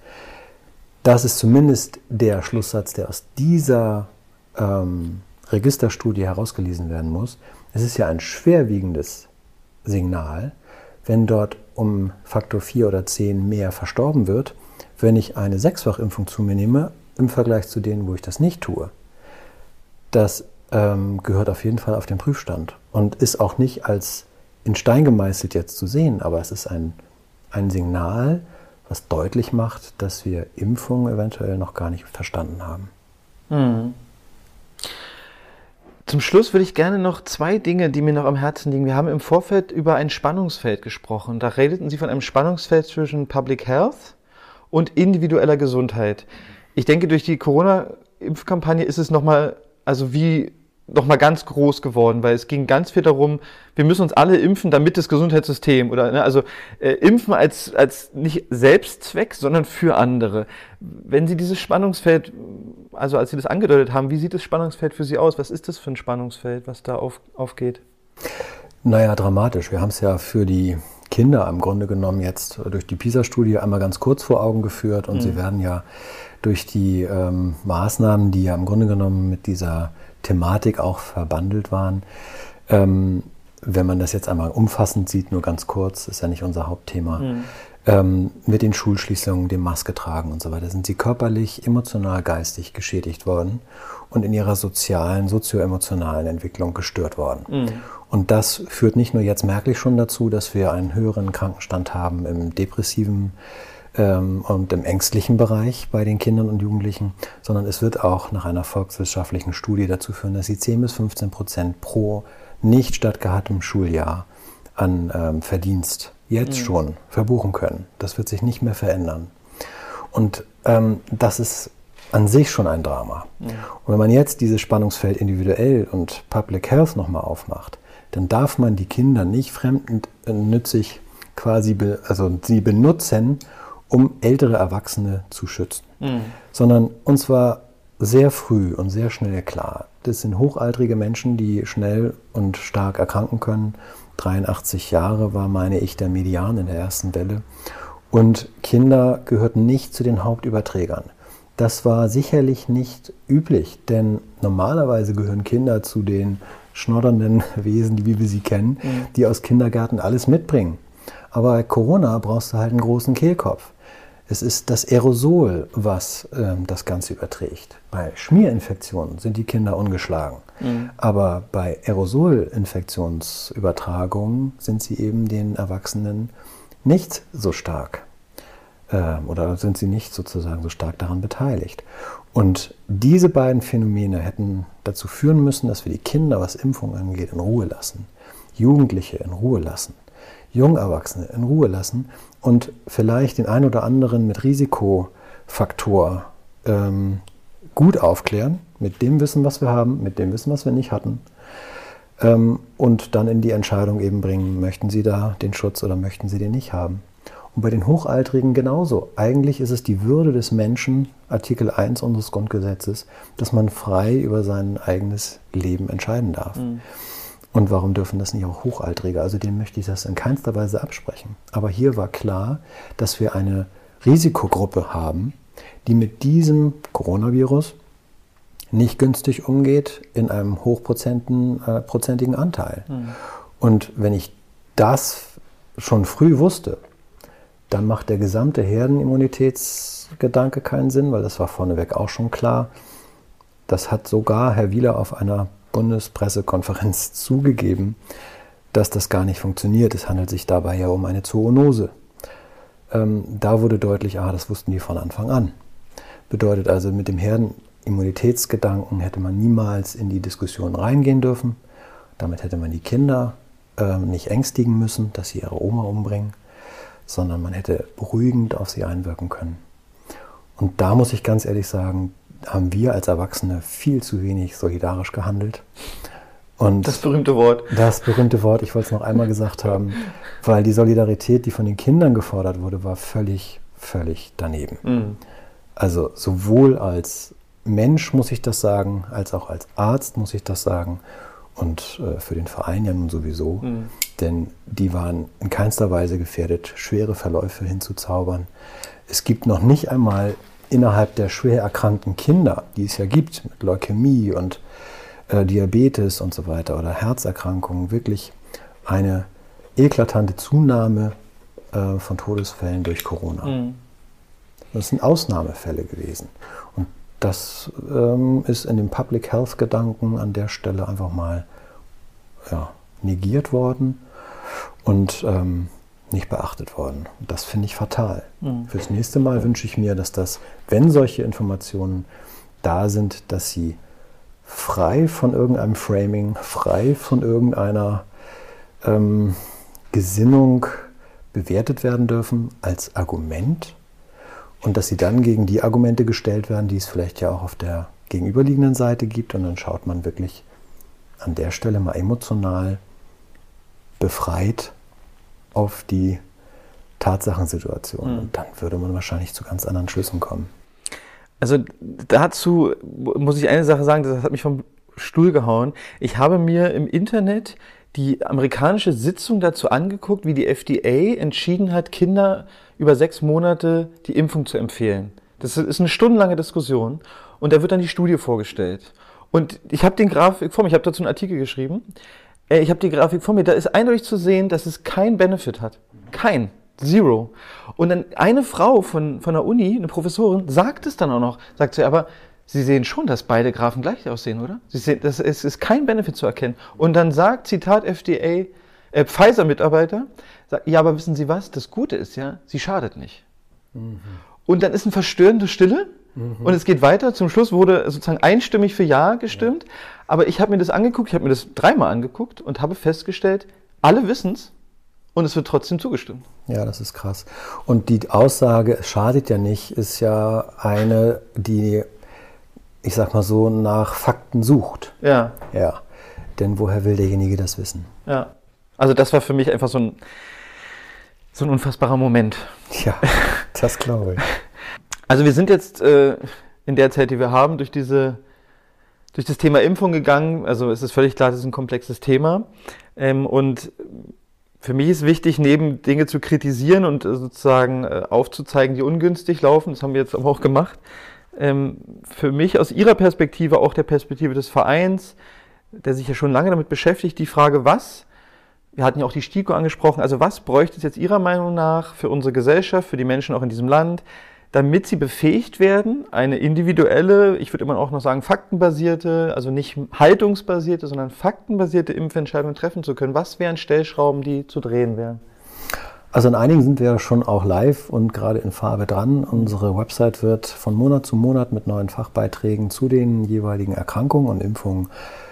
Das ist zumindest der Schlusssatz, der aus dieser Registerstudie herausgelesen werden muss. Es ist ja ein schwerwiegendes Signal, wenn dort um Faktor 4 oder 10 mehr verstorben wird, wenn ich eine 6-fach-Impfung zu mir nehme, im Vergleich zu denen, wo ich das nicht tue. Das gehört auf jeden Fall auf den Prüfstand und ist auch nicht als in Stein gemeißelt jetzt zu sehen, aber es ist ein Signal, was deutlich macht, dass wir Impfungen eventuell noch gar nicht verstanden haben. Zum Schluss würde ich gerne noch 2 Dinge, die mir noch am Herzen liegen. Wir haben im Vorfeld über ein Spannungsfeld gesprochen. Da redeten Sie von einem Spannungsfeld zwischen Public Health und individueller Gesundheit. Ich denke, durch die Corona-Impfkampagne ist es nochmal ganz groß geworden, weil es ging ganz viel darum, wir müssen uns alle impfen, damit das Gesundheitssystem impfen als nicht Selbstzweck, sondern für andere. Wenn Sie dieses Spannungsfeld, also als Sie das angedeutet haben, wie sieht das Spannungsfeld für Sie aus? Was ist das für ein Spannungsfeld, was da aufgeht? Naja, dramatisch. Wir haben es ja für die Kinder im Grunde genommen jetzt durch die PISA-Studie einmal ganz kurz vor Augen geführt und sie werden ja durch die Maßnahmen, die ja im Grunde genommen mit dieser Thematik auch verbandelt waren. Wenn man das jetzt einmal umfassend sieht, nur ganz kurz, ist ja nicht unser Hauptthema, mit den Schulschließungen, dem Maske tragen und so weiter, sind sie körperlich, emotional, geistig geschädigt worden und in ihrer sozialen, sozioemotionalen Entwicklung gestört worden. Mhm. Und das führt nicht nur jetzt merklich schon dazu, dass wir einen höheren Krankenstand haben im depressiven und im ängstlichen Bereich bei den Kindern und Jugendlichen, sondern es wird auch nach einer volkswissenschaftlichen Studie dazu führen, dass sie 10-15% pro nicht stattgehabtem Schuljahr an Verdienst jetzt schon verbuchen können. Das wird sich nicht mehr verändern. Und das ist an sich schon ein Drama. Und wenn man jetzt dieses Spannungsfeld individuell und Public Health nochmal aufmacht, dann darf man die Kinder nicht fremdnützig quasi sie benutzen, um ältere Erwachsene zu schützen. Sondern uns war sehr früh und sehr schnell klar, das sind hochaltrige Menschen, die schnell und stark erkranken können. 83 Jahre war, meine ich, der Median in der ersten Welle. Und Kinder gehörten nicht zu den Hauptüberträgern. Das war sicherlich nicht üblich, denn normalerweise gehören Kinder zu den schnoddernden Wesen, wie wir sie kennen, die aus Kindergärten alles mitbringen. Aber bei Corona brauchst du halt einen großen Kehlkopf. Es ist das Aerosol, was das Ganze überträgt. Bei Schmierinfektionen sind die Kinder ungeschlagen. Aber bei Aerosolinfektionsübertragungen sind sie eben den Erwachsenen nicht so stark. Oder sind sie nicht sozusagen so stark daran beteiligt. Und diese beiden Phänomene hätten dazu führen müssen, dass wir die Kinder, was Impfung angeht, in Ruhe lassen. Jugendliche in Ruhe lassen. Jungerwachsene in Ruhe lassen und vielleicht den einen oder anderen mit Risikofaktor gut aufklären, mit dem Wissen, was wir haben, mit dem Wissen, was wir nicht hatten, und dann in die Entscheidung eben bringen, möchten Sie da den Schutz oder möchten Sie den nicht haben. Und bei den Hochaltrigen genauso. Eigentlich ist es die Würde des Menschen, Artikel 1 unseres Grundgesetzes, dass man frei über sein eigenes Leben entscheiden darf. Und warum dürfen das nicht auch Hochaltrige? Also denen möchte ich das in keinster Weise absprechen. Aber hier war klar, dass wir eine Risikogruppe haben, die mit diesem Coronavirus nicht günstig umgeht in einem hochprozentigen Anteil. Und wenn ich das schon früh wusste, dann macht der gesamte Herdenimmunitätsgedanke keinen Sinn, weil das war vorneweg auch schon klar. Das hat sogar Herr Wieler auf einer Bundespressekonferenz zugegeben, dass das gar nicht funktioniert. Es handelt sich dabei ja um eine Zoonose. Da wurde deutlich, das wussten die von Anfang an. Bedeutet also, mit dem Herdenimmunitätsgedanken hätte man niemals in die Diskussion reingehen dürfen. Damit hätte man die Kinder nicht ängstigen müssen, dass sie ihre Oma umbringen, sondern man hätte beruhigend auf sie einwirken können. Und da muss ich ganz ehrlich sagen, haben wir als Erwachsene viel zu wenig solidarisch gehandelt. Und das berühmte Wort. Das berühmte Wort, ich wollte es noch einmal gesagt haben, weil die Solidarität, die von den Kindern gefordert wurde, war völlig daneben. Also sowohl als Mensch muss ich das sagen, als auch als Arzt muss ich das sagen und für den Verein ja nun sowieso, denn die waren in keinster Weise gefährdet, schwere Verläufe hinzuzaubern. Es gibt noch nicht einmal innerhalb der schwer erkrankten Kinder, die es ja gibt, mit Leukämie und Diabetes und so weiter oder Herzerkrankungen, wirklich eine eklatante Zunahme von Todesfällen durch Corona. Das sind Ausnahmefälle gewesen. Und das ist in dem Public Health Gedanken an der Stelle einfach mal negiert worden und nicht beachtet worden. Und das finde ich fatal. Fürs nächste Mal wünsche ich mir, dass das, wenn solche Informationen da sind, dass sie frei von irgendeinem Framing, frei von irgendeiner Gesinnung bewertet werden dürfen als Argument und dass sie dann gegen die Argumente gestellt werden, die es vielleicht ja auch auf der gegenüberliegenden Seite gibt, und dann schaut man wirklich an der Stelle mal emotional befreit auf die Tatsachensituation. Und dann würde man wahrscheinlich zu ganz anderen Schlüssen kommen. Also dazu muss ich eine Sache sagen, das hat mich vom Stuhl gehauen. Ich habe mir im Internet die amerikanische Sitzung dazu angeguckt, wie die FDA entschieden hat, Kinder über 6 Monate die Impfung zu empfehlen. Das ist eine stundenlange Diskussion und da wird dann die Studie vorgestellt. Und ich habe den Grafik vor mir, ich habe dazu einen Artikel geschrieben. Ich habe die Grafik vor mir, da ist eindeutig zu sehen, dass es keinen Benefit hat. Kein. Zero. Und dann eine Frau von der Uni, eine Professorin, sagt es dann auch noch, sagt sie, aber Sie sehen schon, dass beide Graphen gleich aussehen, oder? Sie sehen, es ist kein Benefit zu erkennen. Und dann sagt, Zitat Pfizer-Mitarbeiter, ja, aber wissen Sie was, das Gute ist ja, sie schadet nicht. Mhm. Und dann ist eine verstörende Stille und es geht weiter. Zum Schluss wurde sozusagen einstimmig für Ja gestimmt. Ja. Aber ich habe mir das angeguckt, ich habe mir das 3-mal angeguckt und habe festgestellt, alle wissen es und es wird trotzdem zugestimmt. Ja, das ist krass. Und die Aussage, es schadet ja nicht, ist ja eine, die, ich sag mal so, nach Fakten sucht. Ja. Ja. Denn woher will derjenige das wissen? Ja. Also das war für mich einfach so ein unfassbarer Moment. Ja, das glaube ich. Also wir sind jetzt in der Zeit, die wir haben, durch das Thema Impfung gegangen. Also es ist völlig klar, das ist ein komplexes Thema. Und für mich ist wichtig, neben Dinge zu kritisieren und sozusagen aufzuzeigen, die ungünstig laufen. Das haben wir jetzt aber auch gemacht. Für mich aus Ihrer Perspektive, auch der Perspektive des Vereins, der sich ja schon lange damit beschäftigt, die Frage, wir hatten ja auch die STIKO angesprochen, also was bräuchte es jetzt Ihrer Meinung nach für unsere Gesellschaft, für die Menschen auch in diesem Land, damit sie befähigt werden, eine individuelle, ich würde immer auch noch sagen faktenbasierte, also nicht haltungsbasierte, sondern faktenbasierte Impfentscheidungen treffen zu können? Was wären Stellschrauben, die zu drehen wären? Also in einigen sind wir schon auch live und gerade in Farbe dran. Unsere Website wird von Monat zu Monat mit neuen Fachbeiträgen zu den jeweiligen Erkrankungen und Impfungen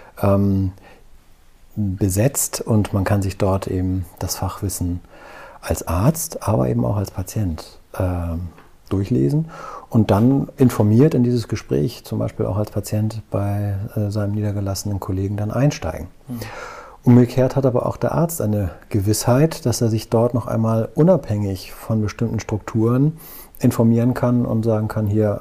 besetzt und man kann sich dort eben das Fachwissen als Arzt, aber eben auch als Patient durchlesen und dann informiert in dieses Gespräch, zum Beispiel auch als Patient bei seinem niedergelassenen Kollegen dann einsteigen. Mhm. Umgekehrt hat aber auch der Arzt eine Gewissheit, dass er sich dort noch einmal unabhängig von bestimmten Strukturen informieren kann und sagen kann, hier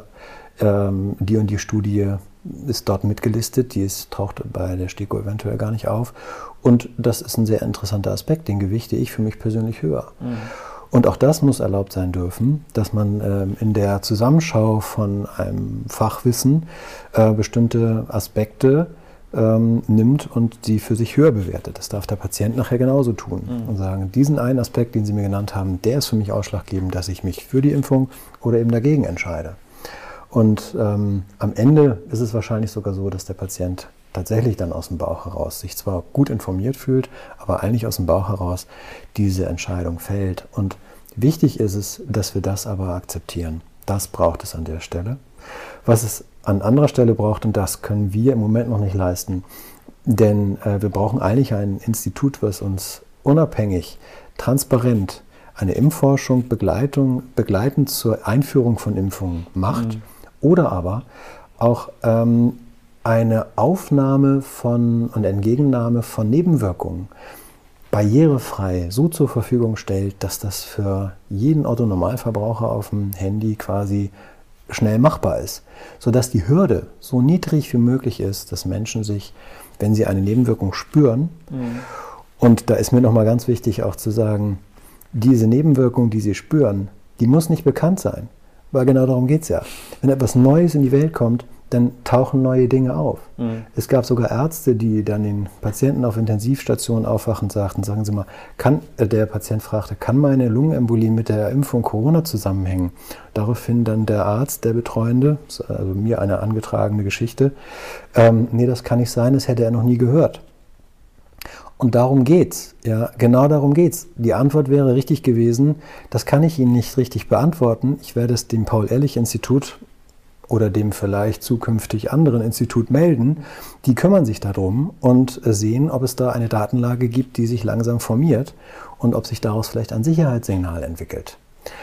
die und die Studie ist dort mitgelistet, taucht bei der STIKO eventuell gar nicht auf. Und das ist ein sehr interessanter Aspekt, den gewichte ich für mich persönlich höher. Mhm. Und auch das muss erlaubt sein dürfen, dass man in der Zusammenschau von einem Fachwissen bestimmte Aspekte nimmt und sie für sich höher bewertet. Das darf der Patient nachher genauso tun und sagen, diesen einen Aspekt, den Sie mir genannt haben, der ist für mich ausschlaggebend, dass ich mich für die Impfung oder eben dagegen entscheide. Und am Ende ist es wahrscheinlich sogar so, dass der Patient tatsächlich dann aus dem Bauch heraus sich zwar gut informiert fühlt, aber eigentlich aus dem Bauch heraus diese Entscheidung fällt. Und wichtig ist es, dass wir das aber akzeptieren. Das braucht es an der Stelle. Was es an anderer Stelle braucht, und das können wir im Moment noch nicht leisten, denn wir brauchen eigentlich ein Institut, was uns unabhängig, transparent eine Impfforschung begleitend zur Einführung von Impfungen macht oder aber auch eine Aufnahme und Entgegennahme von Nebenwirkungen barrierefrei so zur Verfügung stellt, dass das für jeden Otto-Normalverbraucher auf dem Handy quasi schnell machbar ist, sodass die Hürde so niedrig wie möglich ist, dass Menschen sich, wenn sie eine Nebenwirkung spüren, und da ist mir nochmal ganz wichtig auch zu sagen, diese Nebenwirkung, die sie spüren, die muss nicht bekannt sein, weil genau darum geht es ja. Wenn etwas Neues in die Welt kommt, dann tauchen neue Dinge auf. Es gab sogar Ärzte, die dann den Patienten auf Intensivstationen aufwachend sagten, sagen Sie mal, der Patient fragte, kann meine Lungenembolie mit der Impfung Corona zusammenhängen? Daraufhin dann der Arzt, der Betreuende, also mir eine angetragene Geschichte, nee, das kann nicht sein, das hätte er noch nie gehört. Und darum geht's, ja, genau darum geht's. Die Antwort wäre richtig gewesen, das kann ich Ihnen nicht richtig beantworten. Ich werde es dem Paul-Ehrlich-Institut oder dem vielleicht zukünftig anderen Institut melden. Die kümmern sich darum und sehen, ob es da eine Datenlage gibt, die sich langsam formiert und ob sich daraus vielleicht ein Sicherheitssignal entwickelt.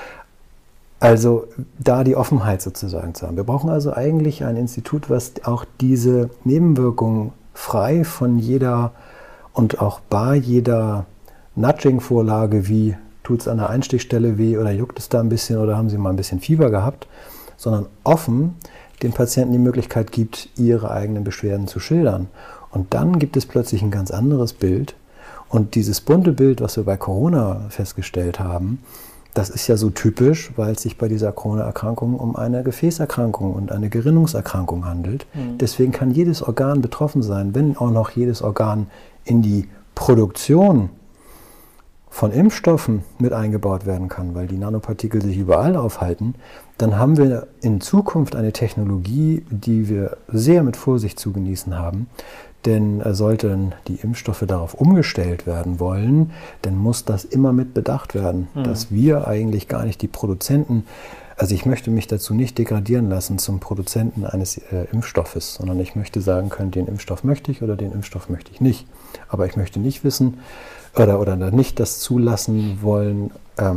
Also da die Offenheit sozusagen zu haben. Wir brauchen also eigentlich ein Institut, was auch diese Nebenwirkungen frei von jeder und auch bei jeder Nudging-Vorlage, wie tut es an der Einstichstelle weh oder juckt es da ein bisschen oder haben Sie mal ein bisschen Fieber gehabt, sondern offen den Patienten die Möglichkeit gibt, ihre eigenen Beschwerden zu schildern. Und dann gibt es plötzlich ein ganz anderes Bild. Und dieses bunte Bild, was wir bei Corona festgestellt haben, das ist ja so typisch, weil es sich bei dieser Corona-Erkrankung um eine Gefäßerkrankung und eine Gerinnungserkrankung handelt. Deswegen kann jedes Organ betroffen sein, wenn auch noch jedes Organ in die Produktion von Impfstoffen mit eingebaut werden kann, weil die Nanopartikel sich überall aufhalten, dann haben wir in Zukunft eine Technologie, die wir sehr mit Vorsicht zu genießen haben. Denn sollten die Impfstoffe darauf umgestellt werden wollen, dann muss das immer mit bedacht werden, dass wir eigentlich gar nicht die Produzenten, also ich möchte mich dazu nicht degradieren lassen zum Produzenten eines Impfstoffes, sondern ich möchte sagen können, den Impfstoff möchte ich oder den Impfstoff möchte ich nicht. Aber ich möchte nicht wissen oder nicht das zulassen wollen,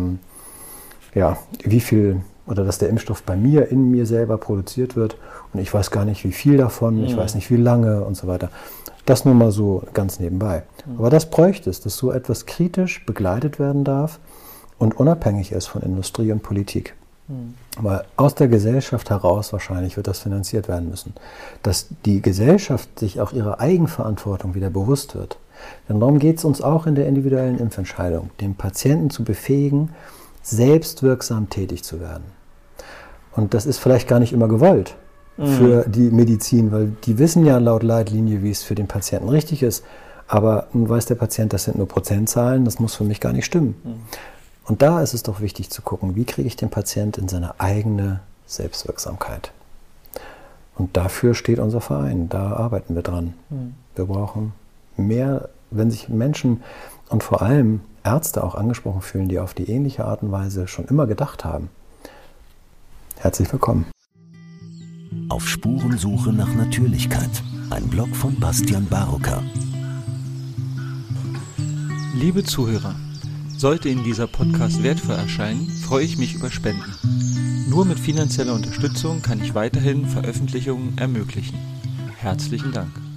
wie viel oder dass der Impfstoff bei mir, in mir selber produziert wird und ich weiß gar nicht, wie viel davon, ich weiß nicht, wie lange und so weiter. Das nur mal so ganz nebenbei. Aber das bräuchte es, dass so etwas kritisch begleitet werden darf und unabhängig ist von Industrie und Politik. Weil aus der Gesellschaft heraus wahrscheinlich wird das finanziert werden müssen. Dass die Gesellschaft sich auch ihrer Eigenverantwortung wieder bewusst wird. Denn darum geht es uns auch in der individuellen Impfentscheidung, den Patienten zu befähigen, selbstwirksam tätig zu werden. Und das ist vielleicht gar nicht immer gewollt für die Medizin, weil die wissen ja laut Leitlinie, wie es für den Patienten richtig ist. Aber nun weiß der Patient, das sind nur Prozentzahlen, das muss für mich gar nicht stimmen. Und da ist es doch wichtig zu gucken, wie kriege ich den Patient in seine eigene Selbstwirksamkeit. Und dafür steht unser Verein, da arbeiten wir dran. Wir brauchen mehr, wenn sich Menschen und vor allem Ärzte auch angesprochen fühlen, die auf die ähnliche Art und Weise schon immer gedacht haben. Herzlich willkommen. Auf Spurensuche nach Natürlichkeit. Ein Blog von Bastian Barocker. Liebe Zuhörer, sollte Ihnen dieser Podcast wertvoll erscheinen, freue ich mich über Spenden. Nur mit finanzieller Unterstützung kann ich weiterhin Veröffentlichungen ermöglichen. Herzlichen Dank.